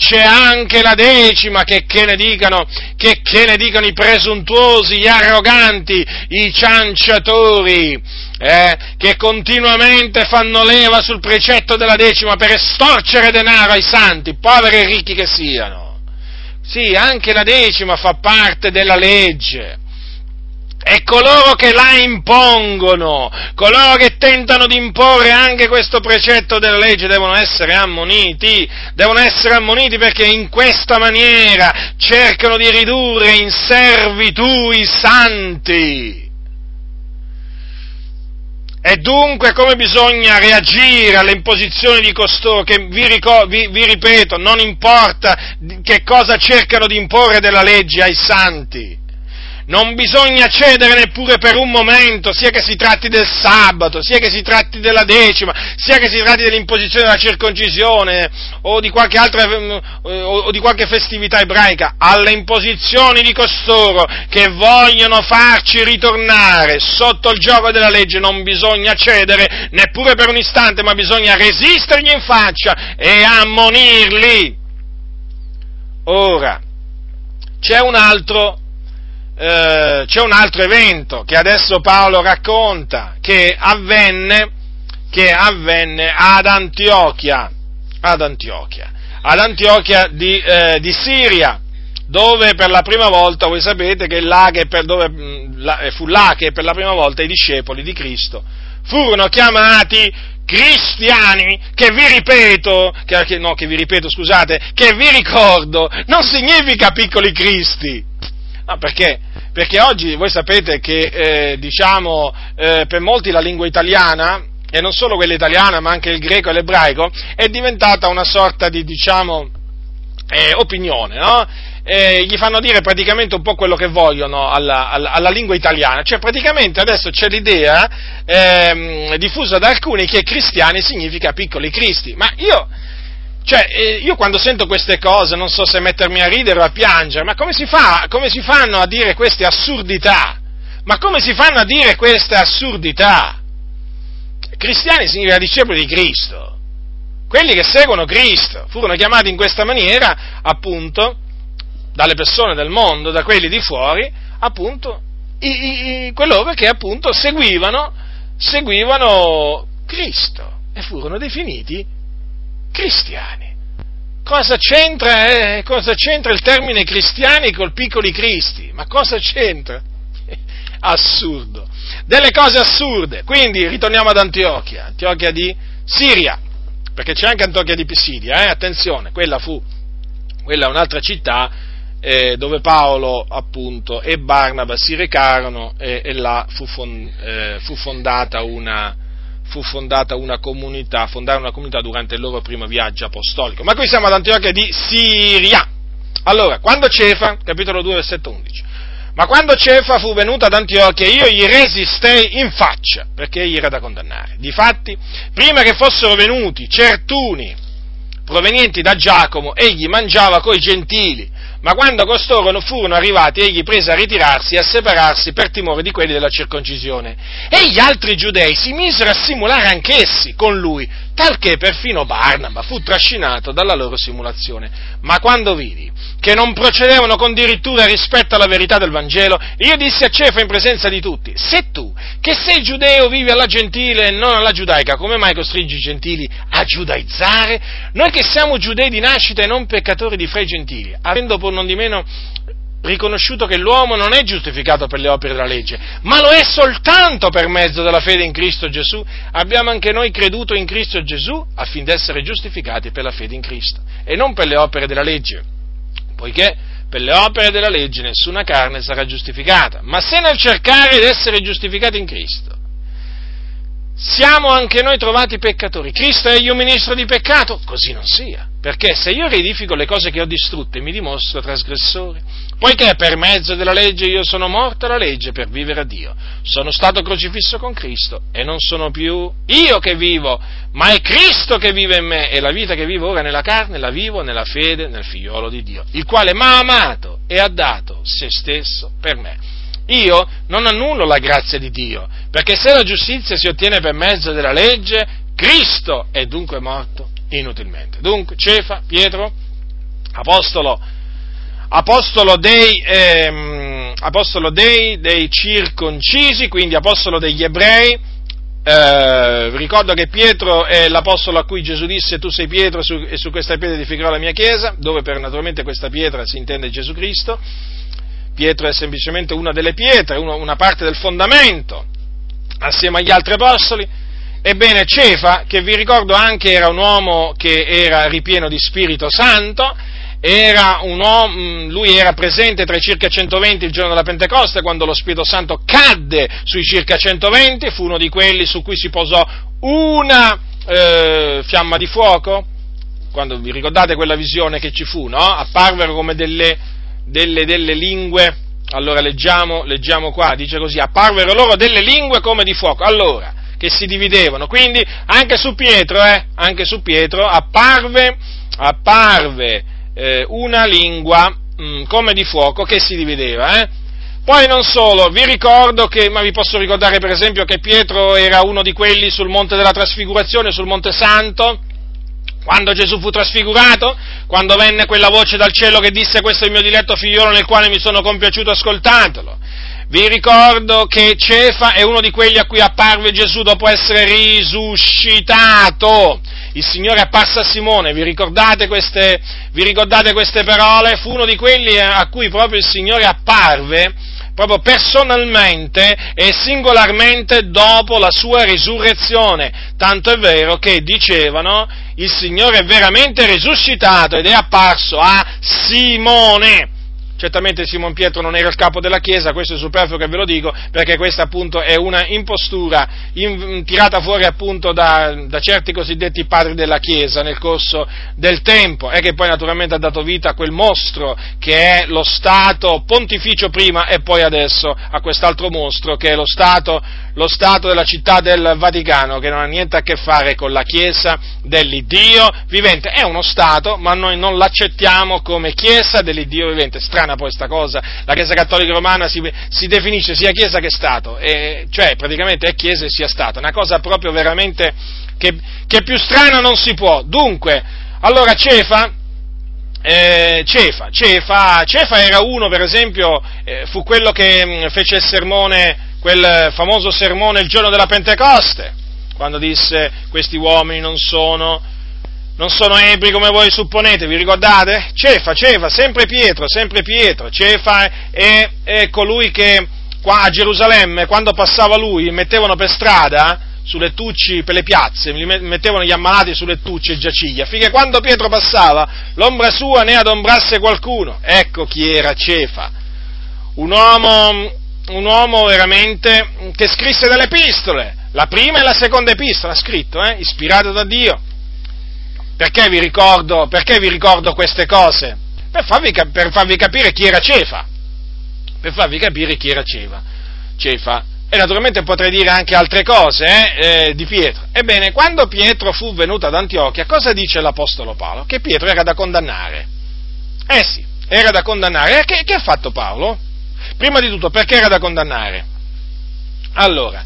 che ne dicano i presuntuosi, gli arroganti, i cianciatori, che continuamente fanno leva sul precetto della decima per estorcere denaro ai santi, poveri e ricchi che siano. Sì, anche la decima fa parte della legge. E coloro che la impongono, coloro che tentano di imporre anche questo precetto della legge devono essere ammoniti perché in questa maniera cercano di ridurre in servitù i santi. E dunque come bisogna reagire alle imposizioni di costoro che, vi ripeto, non importa che cosa cercano di imporre della legge ai santi. Non bisogna cedere neppure per un momento, sia che si tratti del sabato, sia che si tratti della decima, sia che si tratti dell'imposizione della circoncisione o di qualche altra o di qualche festività ebraica, alle imposizioni di costoro che vogliono farci ritornare sotto il giogo della legge. Non bisogna cedere neppure per un istante, ma bisogna resistergli in faccia e ammonirli. Ora, c'è un altro evento che adesso Paolo racconta, che avvenne ad Antiochia di Siria, dove per la prima volta, voi sapete che fu là che per la prima volta i discepoli di Cristo furono chiamati cristiani, che vi ricordo, non significa piccoli cristi. No, perché oggi voi sapete che, per molti la lingua italiana, e non solo quella italiana, ma anche il greco e l'ebraico, è diventata una sorta di, opinione, no? Gli fanno dire praticamente un po' quello che vogliono alla lingua italiana, cioè praticamente adesso c'è l'idea diffusa da alcuni che cristiani significa piccoli cristi, ma io quando sento queste cose non so se mettermi a ridere o a piangere, ma come si fanno a dire queste assurdità? Cristiani significa discepoli di Cristo, quelli che seguono Cristo, furono chiamati in questa maniera, appunto, dalle persone del mondo, da quelli di fuori, appunto, coloro che appunto seguivano seguivano Cristo e furono definiti cristiani. Cosa c'entra il termine cristiani col piccoli cristi? Ma cosa c'entra? Assurdo. Delle cose assurde. Quindi ritorniamo ad Antiochia di Siria, perché c'è anche Antiochia di Pisidia, attenzione, quella è un'altra città dove Paolo appunto e Barnaba si recarono e là fu fondata una comunità, fondarono una comunità durante il loro primo viaggio apostolico. Ma qui siamo ad Antiochia di Siria. Allora, quando Cefa, capitolo 2, versetto 11, ma quando Cefa fu venuto ad Antiochia, io gli resistei in faccia, perché egli era da condannare. Difatti, prima che fossero venuti certuni provenienti da Giacomo, egli mangiava coi gentili, ma quando costoro furono arrivati, egli prese a ritirarsi e a separarsi per timore di quelli della circoncisione. E gli altri giudei si misero a simulare anch'essi con lui, talché perfino Barnaba fu trascinato dalla loro simulazione. Ma quando vidi che non procedevano con dirittura rispetto alla verità del Vangelo, io dissi a Cefa in presenza di tutti: se tu, che sei giudeo, vivi alla gentile e non alla giudaica, come mai costringi i gentili a giudaizzare? Noi che siamo giudei di nascita e non peccatori di fra i gentili, avendo pur non di meno riconosciuto che l'uomo non è giustificato per le opere della legge, ma lo è soltanto per mezzo della fede in Cristo Gesù, abbiamo anche noi creduto in Cristo Gesù affinché essere giustificati per la fede in Cristo e non per le opere della legge, poiché per le opere della legge nessuna carne sarà giustificata, ma se nel cercare di essere giustificati in Cristo siamo anche noi trovati peccatori, Cristo è io ministro di peccato? Così non sia, perché se io riedifico le cose che ho distrutte mi dimostro trasgressore, poiché per mezzo della legge io sono morto alla legge per vivere a Dio, sono stato crocifisso con Cristo e non sono più io che vivo, ma è Cristo che vive in me, e la vita che vivo ora nella carne la vivo nella fede nel figliolo di Dio, il quale m'ha amato e ha dato se stesso per me. Io non annullo la grazia di Dio, perché se la giustizia si ottiene per mezzo della legge, Cristo è dunque morto inutilmente. Dunque, Cefa, Pietro, apostolo dei circoncisi, quindi apostolo degli ebrei. Ricordo che Pietro è l'apostolo a cui Gesù disse: tu sei Pietro e su questa pietra edificherò la mia chiesa, dove per naturalmente questa pietra si intende Gesù Cristo. Pietro è semplicemente una delle pietre, una parte del fondamento, assieme agli altri apostoli. Ebbene, Cefa, che vi ricordo anche era un uomo che era ripieno di Spirito Santo, lui era presente tra i circa 120 il giorno della Pentecoste, quando lo Spirito Santo cadde sui circa 120, fu uno di quelli su cui si posò una fiamma di fuoco. Quando vi ricordate quella visione che ci fu, no? Apparvero come delle lingue. Allora leggiamo qua, dice così: apparvero loro delle lingue come di fuoco, allora, che si dividevano. Quindi anche su Pietro apparve una lingua come di fuoco che si divideva. Poi non solo, vi ricordo ma vi posso ricordare per esempio che Pietro era uno di quelli sul monte della trasfigurazione, sul monte santo, quando Gesù fu trasfigurato, quando venne quella voce dal cielo che disse: questo è il mio diletto figliolo nel quale mi sono compiaciuto, ascoltatelo. Vi ricordo che Cefa è uno di quelli a cui apparve Gesù dopo essere risuscitato. Il Signore è apparso a Simone, vi ricordate queste parole? Fu uno di quelli a cui proprio il Signore apparve, proprio personalmente e singolarmente dopo la sua risurrezione, tanto è vero che dicevano: il Signore è veramente risuscitato ed è apparso a Simone. Certamente Simon Pietro non era il capo della Chiesa, questo è superfluo che ve lo dico, perché questa appunto è una impostura tirata fuori appunto da certi cosiddetti padri della Chiesa nel corso del tempo, e che poi naturalmente ha dato vita a quel mostro che è lo Stato Pontificio prima e poi adesso a quest'altro mostro che è lo Stato della città del Vaticano, che non ha niente a che fare con la Chiesa dell'Iddio vivente. È uno Stato, ma noi non l'accettiamo come Chiesa dell'Iddio vivente. Strana poi sta cosa, la Chiesa Cattolica Romana si definisce sia Chiesa che Stato, cioè praticamente è Chiesa e sia Stato, una cosa proprio veramente che più strana non si può. Dunque, allora Cefa era uno, per esempio, fu quello che fece il sermone quel famoso sermone il giorno della Pentecoste, quando disse: questi uomini non sono ebri come voi supponete, vi ricordate? Cefa, sempre Pietro, Cefa è colui che qua a Gerusalemme, quando passava lui, mettevano per strada, su lettucci per le piazze, mettevano gli ammalati su lettucci e giaciglio, affinché quando Pietro passava, l'ombra sua ne adombrasse qualcuno. Ecco chi era Cefa, un uomo veramente che scrisse delle epistole, la prima e la seconda epistola ha scritto, ispirato da Dio. Perché vi ricordo queste cose? Per farvi capire chi era Cefa. Cefa. E naturalmente potrei dire anche altre cose di Pietro. Ebbene, quando Pietro fu venuto ad Antiochia, cosa dice l'Apostolo Paolo? Che Pietro era da condannare. Sì, era da condannare. Che ha fatto Paolo? Prima di tutto, perché era da condannare? Allora,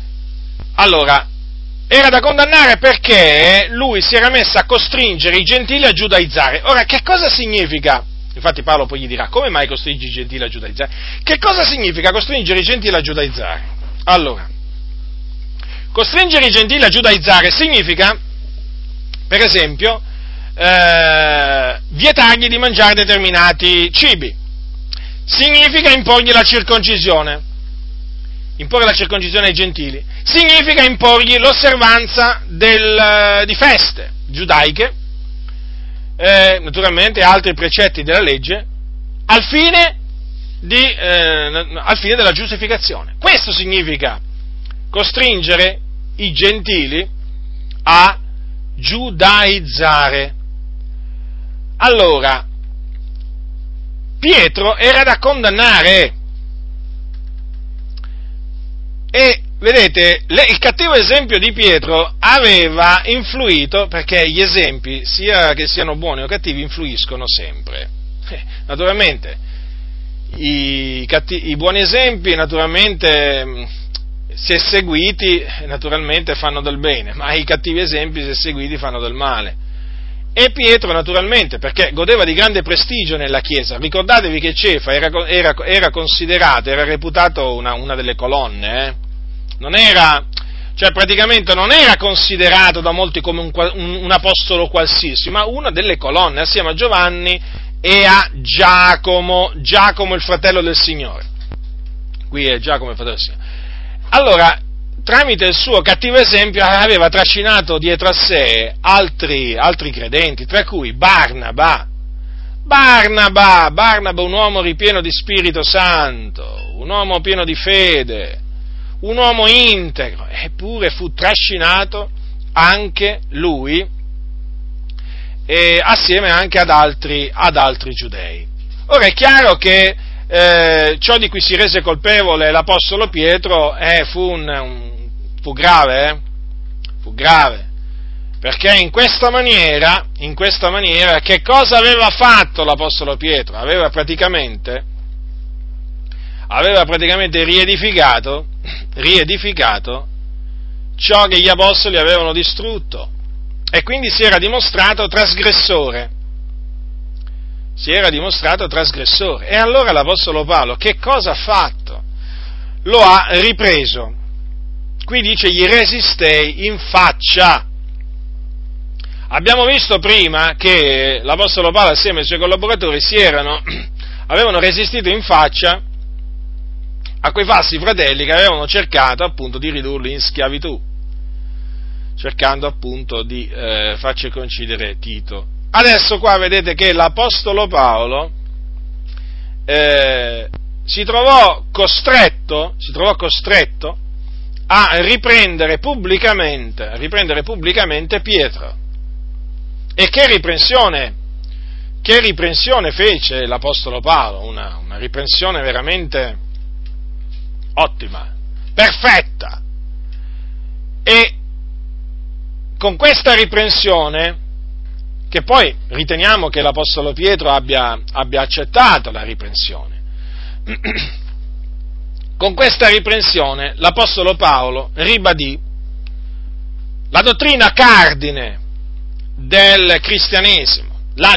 era da condannare perché lui si era messo a costringere i gentili a giudaizzare. Ora, che cosa significa? Infatti Paolo poi gli dirà: come mai costringi i gentili a giudaizzare? Che cosa significa costringere i gentili a giudaizzare? Allora, costringere i gentili a giudaizzare significa, per esempio, vietargli di mangiare determinati cibi. Significa imporgli la circoncisione. Imporre la circoncisione ai gentili significa imporgli l'osservanza di feste giudaiche, naturalmente altri precetti della legge, al fine della giustificazione. Questo significa costringere i gentili a giudaizzare. Allora, Pietro era da condannare. E vedete, il cattivo esempio di Pietro aveva influito, perché gli esempi, sia che siano buoni o cattivi, influiscono sempre. Naturalmente, i buoni esempi, naturalmente, se seguiti, naturalmente fanno del bene, ma i cattivi esempi, se seguiti, fanno del male. E Pietro, naturalmente, perché godeva di grande prestigio nella Chiesa. Ricordatevi che Cefa era considerato, era reputato una delle colonne, praticamente non era considerato da molti come un apostolo qualsiasi, ma una delle colonne, assieme a Giovanni e a Giacomo il fratello del Signore. Qui è Giacomo il fratello del Signore. Allora, tramite il suo cattivo esempio aveva trascinato dietro a sé altri credenti, tra cui Barnaba, un uomo ripieno di Spirito Santo, un uomo pieno di fede, un uomo integro, eppure fu trascinato anche lui, assieme anche ad altri giudei. Ora è chiaro che ciò di cui si rese colpevole l'Apostolo Pietro fu grave, perché in questa maniera che cosa aveva fatto l'Apostolo Pietro? Aveva praticamente riedificato ciò che gli Apostoli avevano distrutto, e quindi si era dimostrato trasgressore. E allora l'Apostolo Paolo che cosa ha fatto? Lo ha ripreso. Qui dice: gli resistei in faccia. Abbiamo visto prima che l'Apostolo Paolo assieme ai suoi collaboratori avevano resistito in faccia a quei falsi fratelli che avevano cercato appunto di ridurli in schiavitù, cercando appunto di far circoncidere Tito. Adesso qua vedete che l'Apostolo Paolo si trovò costretto a riprendere pubblicamente Pietro. E che riprensione fece l'Apostolo Paolo? Una riprensione veramente ottima, perfetta. E con questa riprensione, che poi riteniamo che l'Apostolo Pietro abbia accettato la riprensione, con questa riprensione l'Apostolo Paolo ribadì la dottrina cardine del cristianesimo, la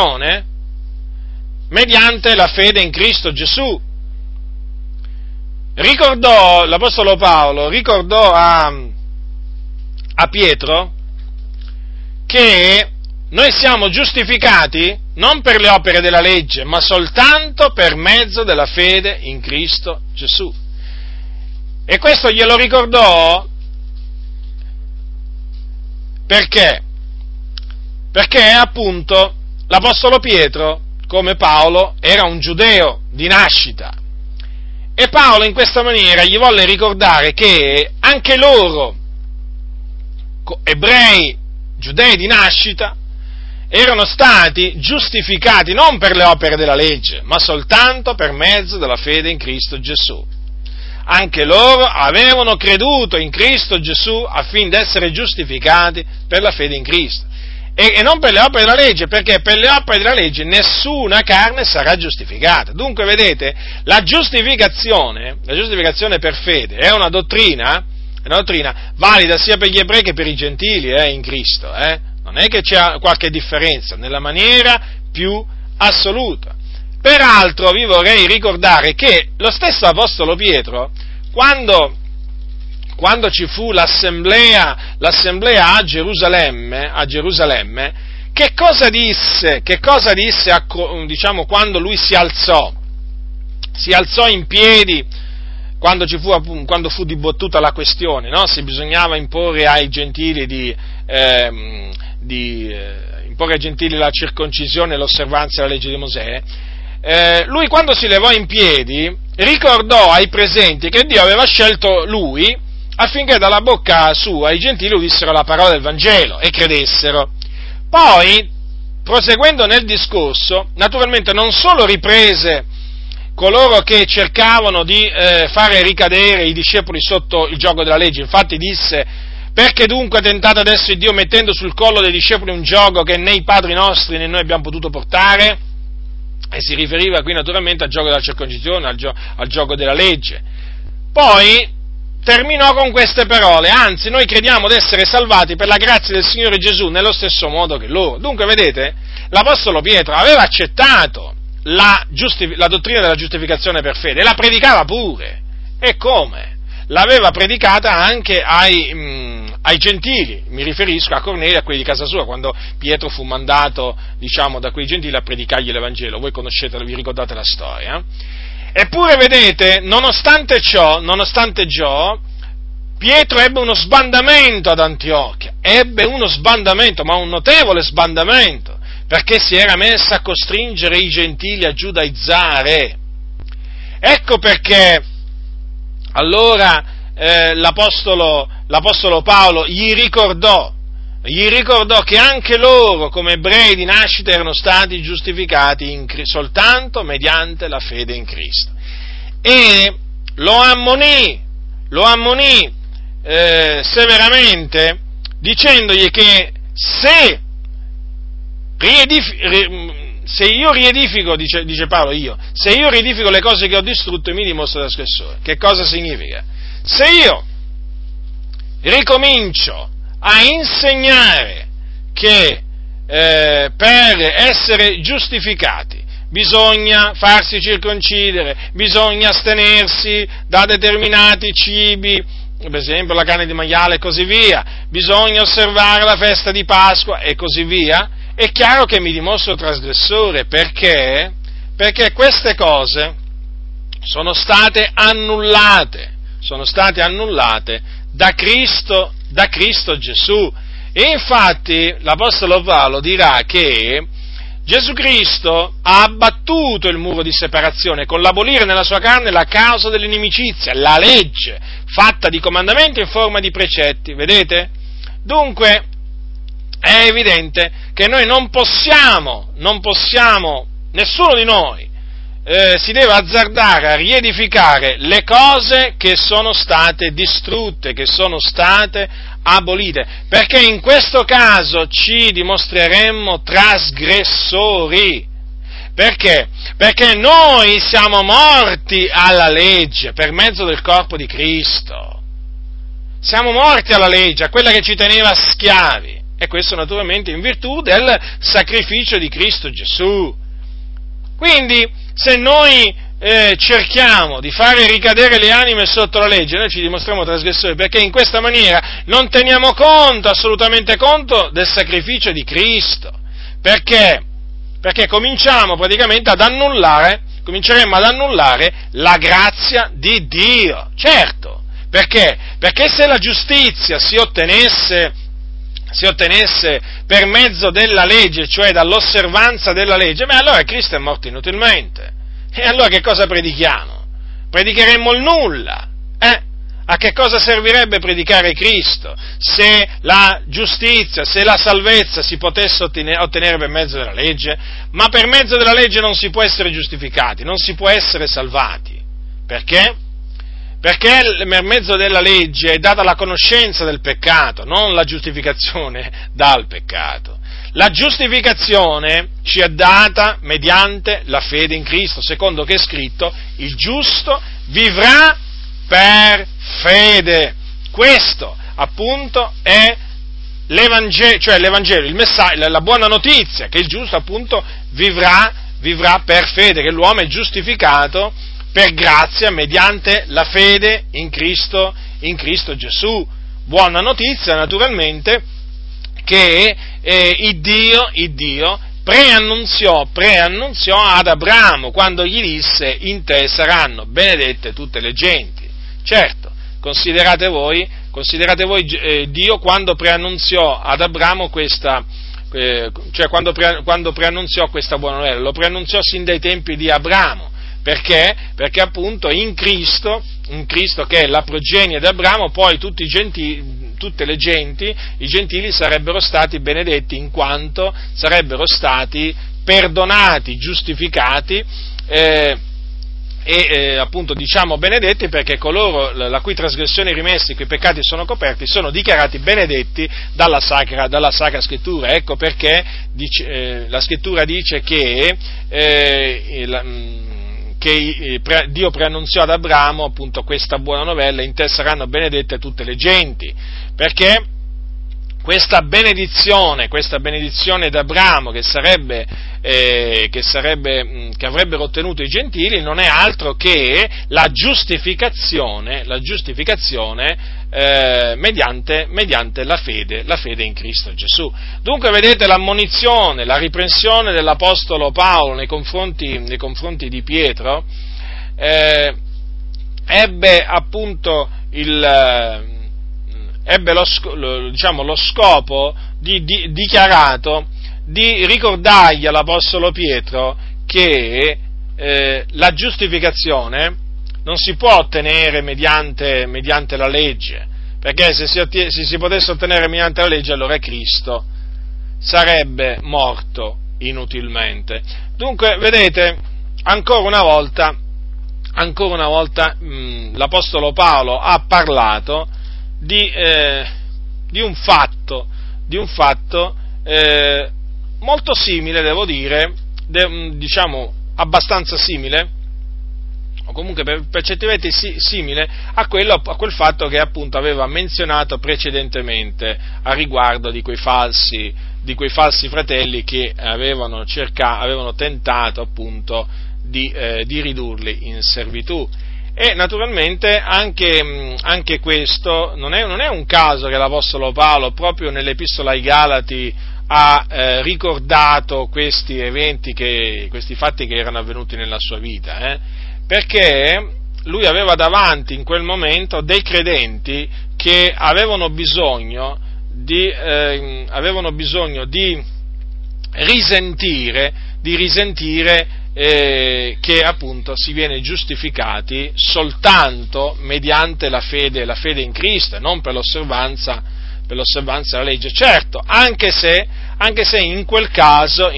giustificazione mediante la fede in Cristo Gesù. l'Apostolo Paolo ricordò a Pietro che noi siamo giustificati non per le opere della legge, ma soltanto per mezzo della fede in Cristo Gesù. E questo glielo ricordò perché? Perché appunto l'Apostolo Pietro, come Paolo, era un giudeo di nascita. E Paolo in questa maniera gli volle ricordare che anche loro, ebrei, giudei di nascita, erano stati giustificati non per le opere della legge, ma soltanto per mezzo della fede in Cristo Gesù. Anche loro avevano creduto in Cristo Gesù affin di essere giustificati per la fede in Cristo. E non per le opere della legge, perché per le opere della legge nessuna carne sarà giustificata. Dunque, vedete, la giustificazione per fede è una dottrina valida sia per gli ebrei che per i gentili in Cristo. Non è che c'è qualche differenza, nella maniera più assoluta. Peraltro vi vorrei ricordare che lo stesso Apostolo Pietro, quando ci fu l'assemblea a Gerusalemme, che cosa disse quando lui si alzò in piedi, quando fu dibattuta la questione, no? Se bisognava imporre ai gentili imporre ai gentili la circoncisione e l'osservanza della legge di Mosè, lui quando si levò in piedi ricordò ai presenti che Dio aveva scelto lui affinché dalla bocca sua i gentili udissero la parola del Vangelo e credessero. Poi, proseguendo nel discorso, naturalmente non solo riprese coloro che cercavano di fare ricadere i discepoli sotto il giogo della legge, infatti disse: perché dunque tentate adesso il Dio mettendo sul collo dei discepoli un giogo che né i padri nostri né noi abbiamo potuto portare? E si riferiva qui naturalmente al giogo della circoncisione, al giogo della legge. Poi terminò con queste parole: anzi, noi crediamo di essere salvati per la grazia del Signore Gesù nello stesso modo che loro. Dunque, vedete, l'Apostolo Pietro aveva accettato la dottrina della giustificazione per fede e la predicava pure. E come? L'aveva predicata anche ai gentili, mi riferisco a Cornelio e a quelli di casa sua, quando Pietro fu mandato, da quei gentili a predicargli l'Evangelo. Voi conoscete, vi ricordate la storia? Eppure, vedete, nonostante ciò, Pietro ebbe uno sbandamento ad Antiochia, ma un notevole sbandamento, perché si era messo a costringere i gentili a giudaizzare. Ecco perché allora l'apostolo Paolo gli ricordò che anche loro, come ebrei di nascita, erano stati giustificati soltanto mediante la fede in Cristo. E lo ammonì severamente, dicendogli che se io riedifico, dice Paolo, se io riedifico le cose che ho distrutto, mi dimostro trasgressore. Che cosa significa? Se io ricomincio a insegnare che per essere giustificati bisogna farsi circoncidere, bisogna astenersi da determinati cibi, per esempio la carne di maiale e così via, bisogna osservare la festa di Pasqua e così via, è chiaro che mi dimostro trasgressore. Perché? Perché queste cose sono state annullate da Cristo Gesù. E infatti l'Apostolo Paolo dirà che Gesù Cristo ha abbattuto il muro di separazione con l'abolire nella sua carne la causa dell'inimicizia, la legge, fatta di comandamenti in forma di precetti, vedete? Dunque, è evidente che noi non possiamo, nessuno di noi si deve azzardare a riedificare le cose che sono state distrutte, che sono state abolite, perché in questo caso ci dimostreremmo trasgressori. Perché? Perché noi siamo morti alla legge per mezzo del corpo di Cristo. Siamo morti alla legge, a quella che ci teneva schiavi. E questo naturalmente in virtù del sacrificio di Cristo Gesù. Quindi, se noi cerchiamo di fare ricadere le anime sotto la legge, noi ci dimostriamo trasgressori, perché in questa maniera non teniamo assolutamente conto del sacrificio di Cristo. Perché? Perché cominceremo ad annullare la grazia di Dio. Certo, perché? Perché se la giustizia si ottenesse per mezzo della legge, cioè dall'osservanza della legge, allora Cristo è morto inutilmente. E allora che cosa predichiamo? Predicheremmo il nulla. A che cosa servirebbe predicare Cristo se la giustizia, se la salvezza si potesse ottenere per mezzo della legge? Ma per mezzo della legge non si può essere giustificati, non si può essere salvati. Perché? Perché per mezzo della legge è data la conoscenza del peccato, non la giustificazione dal peccato. La giustificazione ci è data mediante la fede in Cristo, secondo che è scritto: il giusto vivrà per fede. Questo, appunto, è l'Evangelo, cioè l'Evangelo, il messaggio, la buona notizia, che il giusto, appunto, vivrà per fede, che l'uomo è giustificato per grazia mediante la fede in Cristo Gesù. Buona notizia, naturalmente, che il Dio preannunziò ad Abramo quando gli disse: in te saranno benedette tutte le genti. Certo, considerate voi Dio quando preannunziò ad Abramo cioè quando preannunziò questa buona novella, lo preannunziò sin dai tempi di Abramo. Perché? Perché appunto in Cristo, che è la progenie di Abramo, poi tutte le genti, i gentili sarebbero stati benedetti in quanto sarebbero stati perdonati, giustificati, appunto diciamo benedetti, perché coloro la cui trasgressione è rimessa, i cui peccati sono coperti, sono dichiarati benedetti dalla Sacra Scrittura. Ecco perché la Scrittura dice che Dio preannunziò ad Abramo appunto questa buona novella: in te saranno benedette tutte le genti, perché questa benedizione d'Abramo che avrebbero ottenuto i gentili non è altro che la giustificazione mediante la fede in Cristo Gesù. Dunque vedete l'ammonizione, la riprensione dell'Apostolo Paolo nei confronti di Pietro ebbe appunto lo scopo dichiarato di ricordargli all'Apostolo Pietro che la giustificazione non si può ottenere mediante la legge, perché se si potesse ottenere mediante la legge, allora Cristo sarebbe morto inutilmente. Dunque, vedete, ancora una volta l'Apostolo Paolo ha parlato di un fatto molto simile, devo dire, diciamo abbastanza simile, o comunque per certi versi simile a quel fatto che appunto aveva menzionato precedentemente a riguardo di quei falsi fratelli che avevano tentato appunto di ridurli in servitù. E naturalmente anche questo non è un caso che l'Apostolo Paolo proprio nell'Epistola ai Galati ha ricordato questi eventi, questi fatti che erano avvenuti nella sua vita, perché lui aveva davanti in quel momento dei credenti che avevano bisogno di risentire che appunto si viene giustificati soltanto mediante la fede in Cristo, e non per l'osservanza della legge. Certo, anche se in quel caso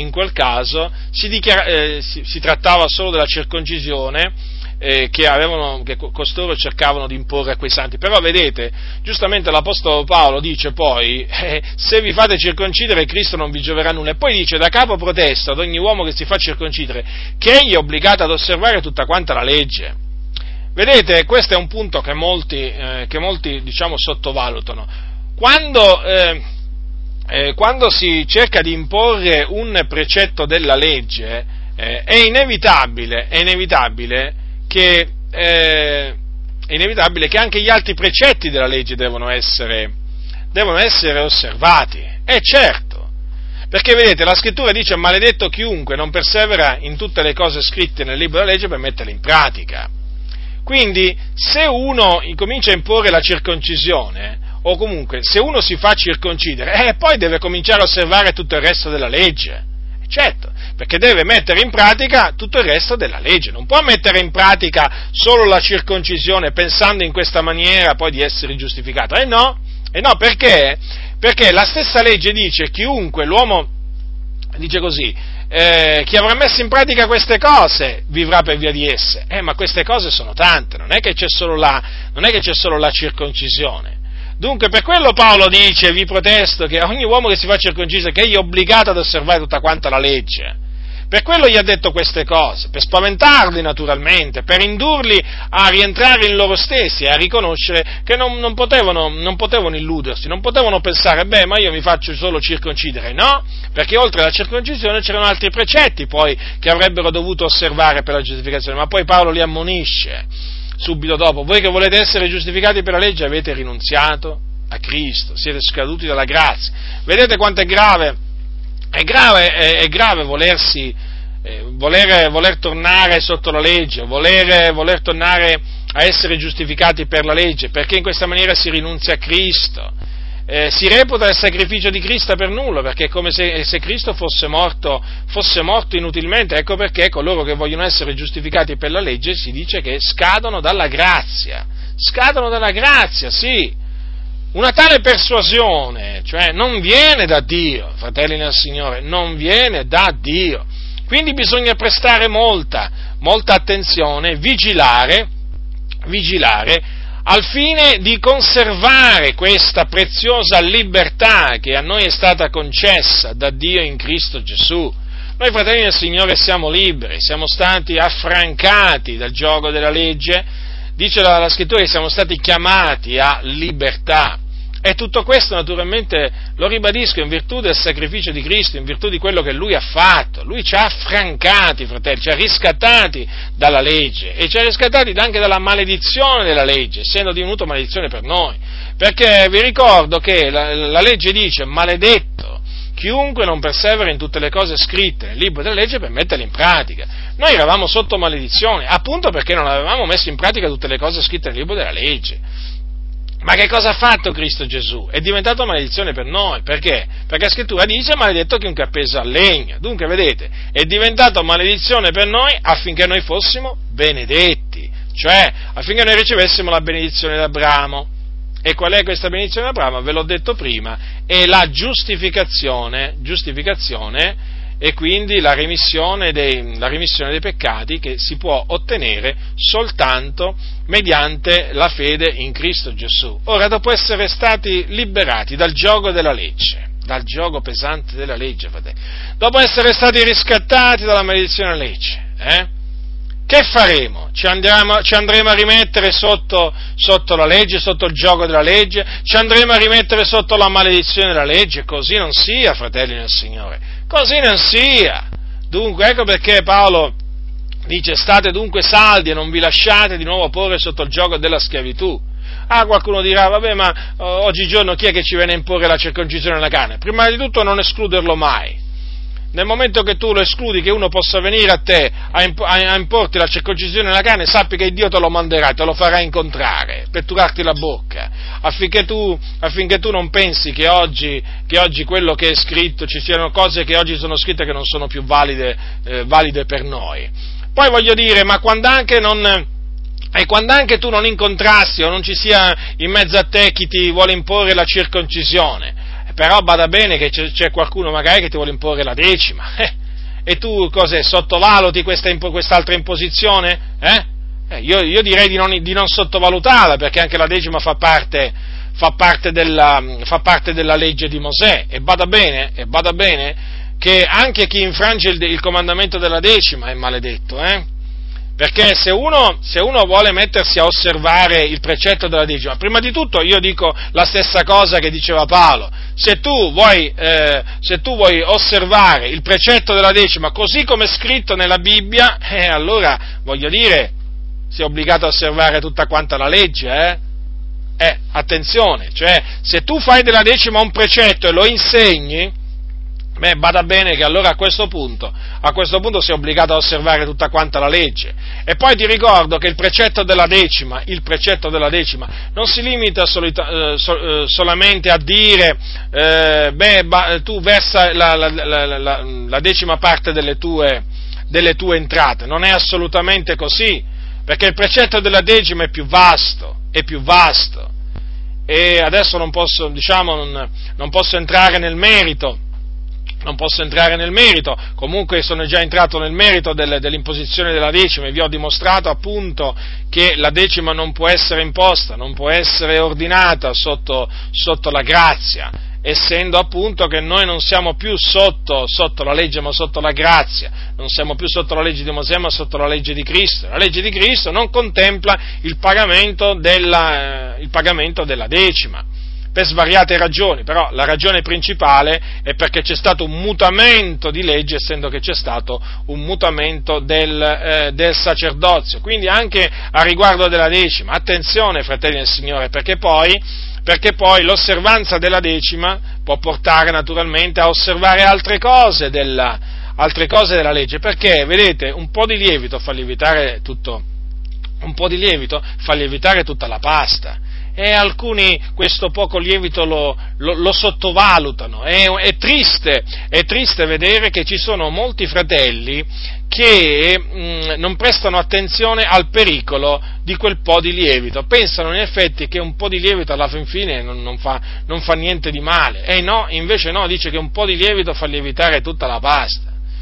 si trattava solo della circoncisione che costoro cercavano di imporre a quei santi. Però vedete, giustamente l'Apostolo Paolo dice poi, se vi fate circoncidere Cristo non vi gioverà nulla, e poi dice: da capo protesto ad ogni uomo che si fa circoncidere, che egli è obbligato ad osservare tutta quanta la legge. Vedete, questo è un punto che molti diciamo sottovalutano. Quando si cerca di imporre un precetto della legge, è inevitabile che anche gli altri precetti della legge devono essere osservati. Certo, perché vedete, la scrittura dice: maledetto chiunque non persevera in tutte le cose scritte nel libro della legge per metterle in pratica. Quindi, se uno incomincia a imporre la circoncisione, o comunque se uno si fa circoncidere, poi deve cominciare a osservare tutto il resto della legge. Certo, perché deve mettere in pratica tutto il resto della legge. Non può mettere in pratica solo la circoncisione pensando in questa maniera poi di essere giustificato. No, perché? Perché la stessa legge dice: chiunque, l'uomo, dice così, chi avrà messo in pratica queste cose vivrà per via di esse. Ma queste cose sono tante, non è che c'è solo la circoncisione. Dunque, per quello Paolo dice: vi protesto che ogni uomo che si fa circoncidere, che egli è obbligato ad osservare tutta quanta la legge. Per quello gli ha detto queste cose, per spaventarli naturalmente, per indurli a rientrare in loro stessi e a riconoscere che non potevano illudersi, non potevano pensare: ma io mi faccio solo circoncidere. No, perché oltre alla circoncisione c'erano altri precetti poi che avrebbero dovuto osservare per la giustificazione, ma poi Paolo li ammonisce subito dopo: voi che volete essere giustificati per la legge avete rinunziato a Cristo, siete scaduti dalla grazia. Vedete quanto è grave? È grave voler tornare sotto la legge, voler tornare a essere giustificati per la legge, perché in questa maniera si rinunzia a Cristo, si reputa il sacrificio di Cristo per nulla, perché è come se Cristo fosse morto inutilmente. Ecco perché coloro che vogliono essere giustificati per la legge si dice che scadono dalla grazia, sì. Una tale persuasione, cioè, non viene da Dio, fratelli nel Signore, non viene da Dio. Quindi bisogna prestare molta attenzione, vigilare al fine di conservare questa preziosa libertà che a noi è stata concessa da Dio in Cristo Gesù. Noi, fratelli del Signore, siamo liberi, siamo stati affrancati dal giogo della legge. Dice la Scrittura che siamo stati chiamati a libertà, e tutto questo naturalmente lo ribadisco in virtù del sacrificio di Cristo, in virtù di quello che Lui ha fatto. Lui ci ha affrancati, fratelli, ci ha riscattati dalla legge e ci ha riscattati anche dalla maledizione della legge, essendo divenuto maledizione per noi, perché vi ricordo che la legge dice: maledetto chiunque non persevera in tutte le cose scritte nel libro della legge per metterle in pratica. Noi eravamo sotto maledizione, appunto perché non avevamo messo in pratica tutte le cose scritte nel libro della legge. Ma che cosa ha fatto Cristo Gesù? È diventato maledizione per noi, perché? Perché la Scrittura dice: maledetto chiunque è appeso al legno. Dunque, vedete, è diventato maledizione per noi affinché noi fossimo benedetti, cioè affinché noi ricevessimo la benedizione di Abramo. E qual è questa benedizione di Abramo? Ve l'ho detto prima, è la giustificazione e quindi la remissione dei peccati che si può ottenere soltanto mediante la fede in Cristo Gesù. Ora, dopo essere stati liberati dal giogo della legge, dal giogo pesante della legge, fratelli, dopo essere stati riscattati dalla maledizione della legge, che faremo? Ci andremo a rimettere sotto la legge, sotto il giogo della legge? Ci andremo a rimettere sotto la maledizione della legge? Così non sia, fratelli nel Signore, così non sia. Dunque, ecco perché Paolo dice: state dunque saldi e non vi lasciate di nuovo porre sotto il giogo della schiavitù. Qualcuno dirà: vabbè, ma oggigiorno chi è che ci viene a imporre la circoncisione della carne? Prima di tutto non escluderlo mai. Nel momento che tu lo escludi che uno possa venire a te a importi la circoncisione della carne, sappi che Dio te lo manderà, te lo farà incontrare, per turarti la bocca, affinché tu non pensi che oggi quello che è scritto, ci siano cose che oggi sono scritte che non sono più valide per noi. Poi voglio dire, ma quando anche tu non incontrassi o non ci sia in mezzo a te chi ti vuole imporre la circoncisione, però bada bene che c'è qualcuno magari che ti vuole imporre la decima, e tu cos'è, sottovaluti quest'altra imposizione? Io direi di non sottovalutarla, perché anche la decima fa parte della legge di Mosè, e bada bene che anche chi infrange il comandamento della decima è maledetto, Perché se uno vuole mettersi a osservare il precetto della decima, prima di tutto io dico la stessa cosa che diceva Paolo: se tu vuoi osservare il precetto della decima così come è scritto nella Bibbia, allora, voglio dire, sei obbligato a osservare tutta quanta la legge, attenzione, cioè, se tu fai della decima un precetto e lo insegni, bada bene che allora a questo punto sei obbligato a osservare tutta quanta la legge. E poi ti ricordo che il precetto della decima non si limita solamente a dire, tu versa la decima parte delle tue entrate. Non è assolutamente così, perché il precetto della decima è più vasto. E adesso non posso entrare nel merito. Comunque sono già entrato nel merito dell'imposizione della decima e vi ho dimostrato appunto che la decima non può essere imposta, non può essere ordinata sotto la grazia, essendo appunto che noi non siamo più sotto la legge ma sotto la grazia, non siamo più sotto la legge di Mosè ma sotto la legge di Cristo. La legge di Cristo non contempla il pagamento della decima, per svariate ragioni, però la ragione principale è perché c'è stato un mutamento di legge, essendo che c'è stato un mutamento del sacerdozio. Quindi anche a riguardo della decima, attenzione fratelli del Signore, perché poi l'osservanza della decima può portare naturalmente a osservare altre cose della legge, perché vedete, un po' di lievito fa lievitare tutta la pasta. E alcuni questo poco lievito lo sottovalutano. È triste vedere che ci sono molti fratelli che non prestano attenzione al pericolo di quel po' di lievito. Pensano in effetti che un po' di lievito alla fin fine non fa niente di male. Invece no, dice che un po' di lievito fa lievitare tutta la pasta.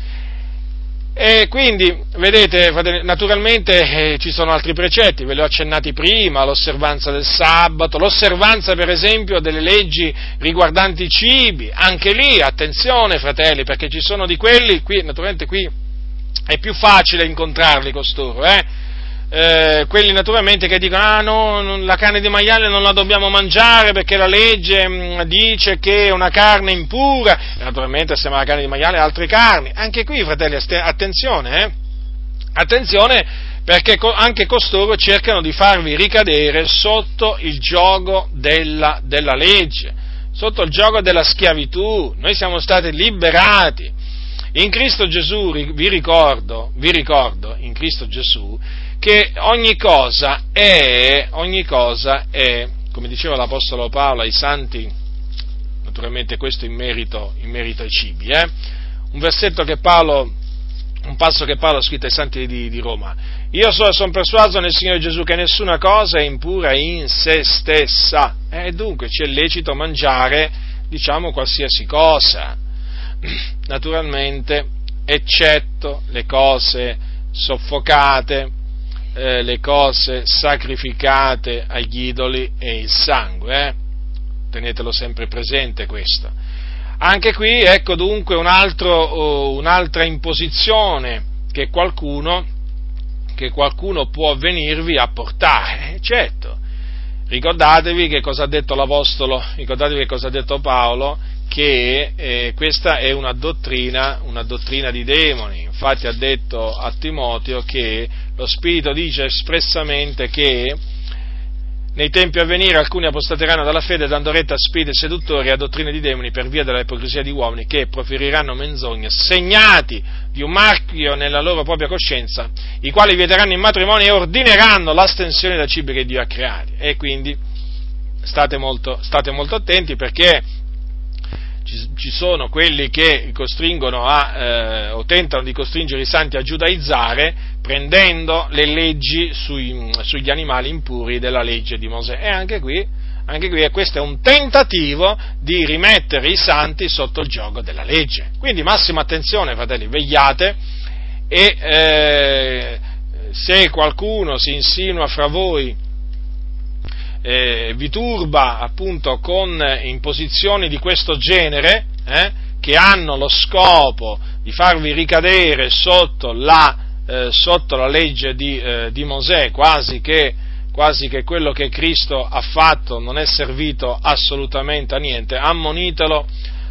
E quindi, vedete, naturalmente ci sono altri precetti, ve li ho accennati prima: l'osservanza del sabato, l'osservanza per esempio delle leggi riguardanti i cibi. Anche lì, attenzione fratelli, perché ci sono di quelli, naturalmente qui è più facile incontrarli costoro, quelli naturalmente che dicono: no, la carne di maiale non la dobbiamo mangiare perché la legge dice che è una carne impura. E naturalmente assieme alla carne di maiale altre carni. Anche qui, fratelli, attenzione, perché anche costoro cercano di farvi ricadere sotto il giogo della legge, sotto il giogo della schiavitù. Noi siamo stati liberati in Cristo Gesù. Vi ricordo in Cristo Gesù che ogni cosa è, come diceva l'Apostolo Paolo ai Santi, naturalmente questo in merito ai cibi, un passo che Paolo ha scritto ai Santi di Roma: io sono persuaso nel Signore Gesù che nessuna cosa è impura in se stessa, e dunque ci è lecito mangiare, qualsiasi cosa, naturalmente, eccetto le cose soffocate, le cose sacrificate agli idoli e il sangue, tenetelo sempre presente questo. Anche qui, ecco dunque un'altra imposizione che qualcuno può venirvi a portare, certo. Ricordatevi che cosa ha detto Paolo, che questa è una dottrina di demoni. Infatti ha detto a Timoteo che lo Spirito dice espressamente che nei tempi a venire alcuni apostateranno dalla fede dando retta a spiriti seduttori e a dottrine di demoni per via della ipocrisia di uomini che proferiranno menzogne segnati di un marchio nella loro propria coscienza, i quali vieteranno in matrimonio e ordineranno l'astensione da cibi che Dio ha creati. E quindi state molto attenti, perché ci sono quelli che costringono o tentano di costringere i santi a giudaizzare prendendo le leggi sugli animali impuri della legge di Mosè. E anche qui questo è un tentativo di rimettere i santi sotto il giogo della legge. Quindi massima attenzione, fratelli, vegliate, e se qualcuno si insinua fra voi, vi turba appunto con imposizioni di questo genere, che hanno lo scopo di farvi ricadere sotto la sotto la legge di Mosè, quasi che quello che Cristo ha fatto non è servito assolutamente a niente, ammonitelo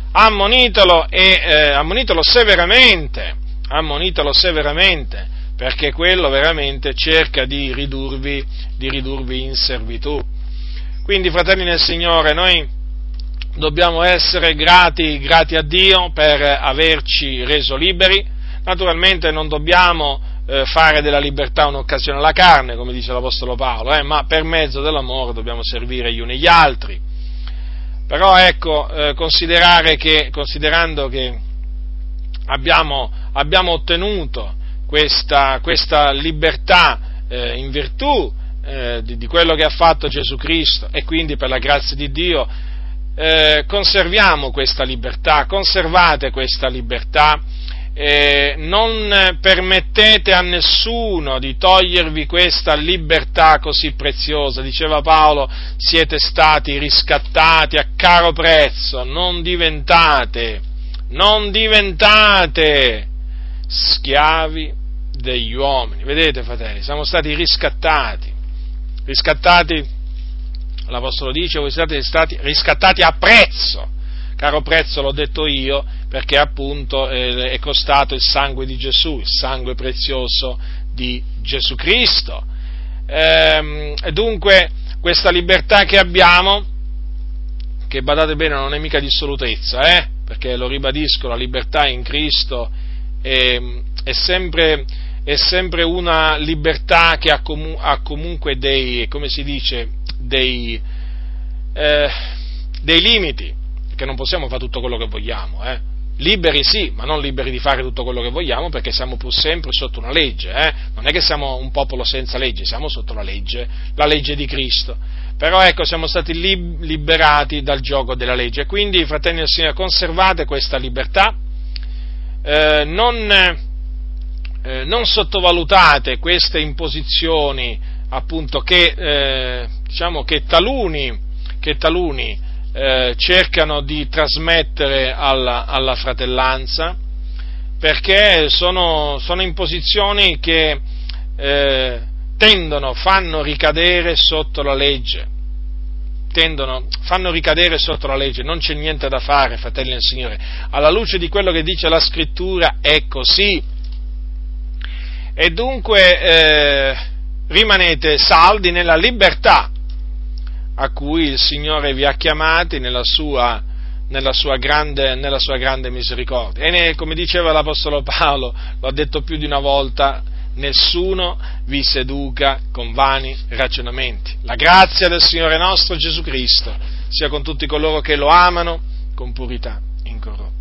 severamente, perché quello veramente cerca di ridurvi in servitù. Quindi, fratelli nel Signore, noi dobbiamo essere grati a Dio per averci reso liberi. Naturalmente non dobbiamo fare della libertà un'occasione alla carne, come dice l'Apostolo Paolo, ma per mezzo dell'amore dobbiamo servire gli uni gli altri. Però ecco, considerando che abbiamo ottenuto questa libertà in virtù di quello che ha fatto Gesù Cristo, e quindi per la grazia di Dio conserviamo questa libertà, conservate questa libertà, non permettete a nessuno di togliervi questa libertà così preziosa. Diceva Paolo: siete stati riscattati a caro prezzo, non diventate schiavi degli uomini. Vedete, fratelli, siamo stati riscattati, l'Apostolo dice: voi siete stati riscattati a prezzo. Caro prezzo l'ho detto io, perché appunto è costato il sangue di Gesù, il sangue prezioso di Gesù Cristo. E dunque questa libertà che abbiamo, che badate bene non è mica di assolutezza, perché lo ribadisco, la libertà in Cristo è sempre una libertà che ha comunque dei limiti, perché non possiamo fare tutto quello che vogliamo, Liberi sì, ma non liberi di fare tutto quello che vogliamo, perché siamo pur sempre sotto una legge, Non è che siamo un popolo senza legge, siamo sotto la legge di Cristo. Però ecco, siamo stati liberati dal giogo della legge, quindi, fratelli del Signore, conservate questa libertà, non sottovalutate queste imposizioni, appunto, che taluni cercano di trasmettere alla fratellanza, perché sono imposizioni che fanno ricadere sotto la legge, non c'è niente da fare, fratelli del Signore, alla luce di quello che dice la Scrittura è così, e dunque rimanete saldi nella libertà a cui il Signore vi ha chiamati nella sua grande misericordia. E come diceva l'Apostolo Paolo, l'ho detto più di una volta: nessuno vi seduca con vani ragionamenti. La grazia del Signore nostro Gesù Cristo sia con tutti coloro che lo amano con purità incorrotta.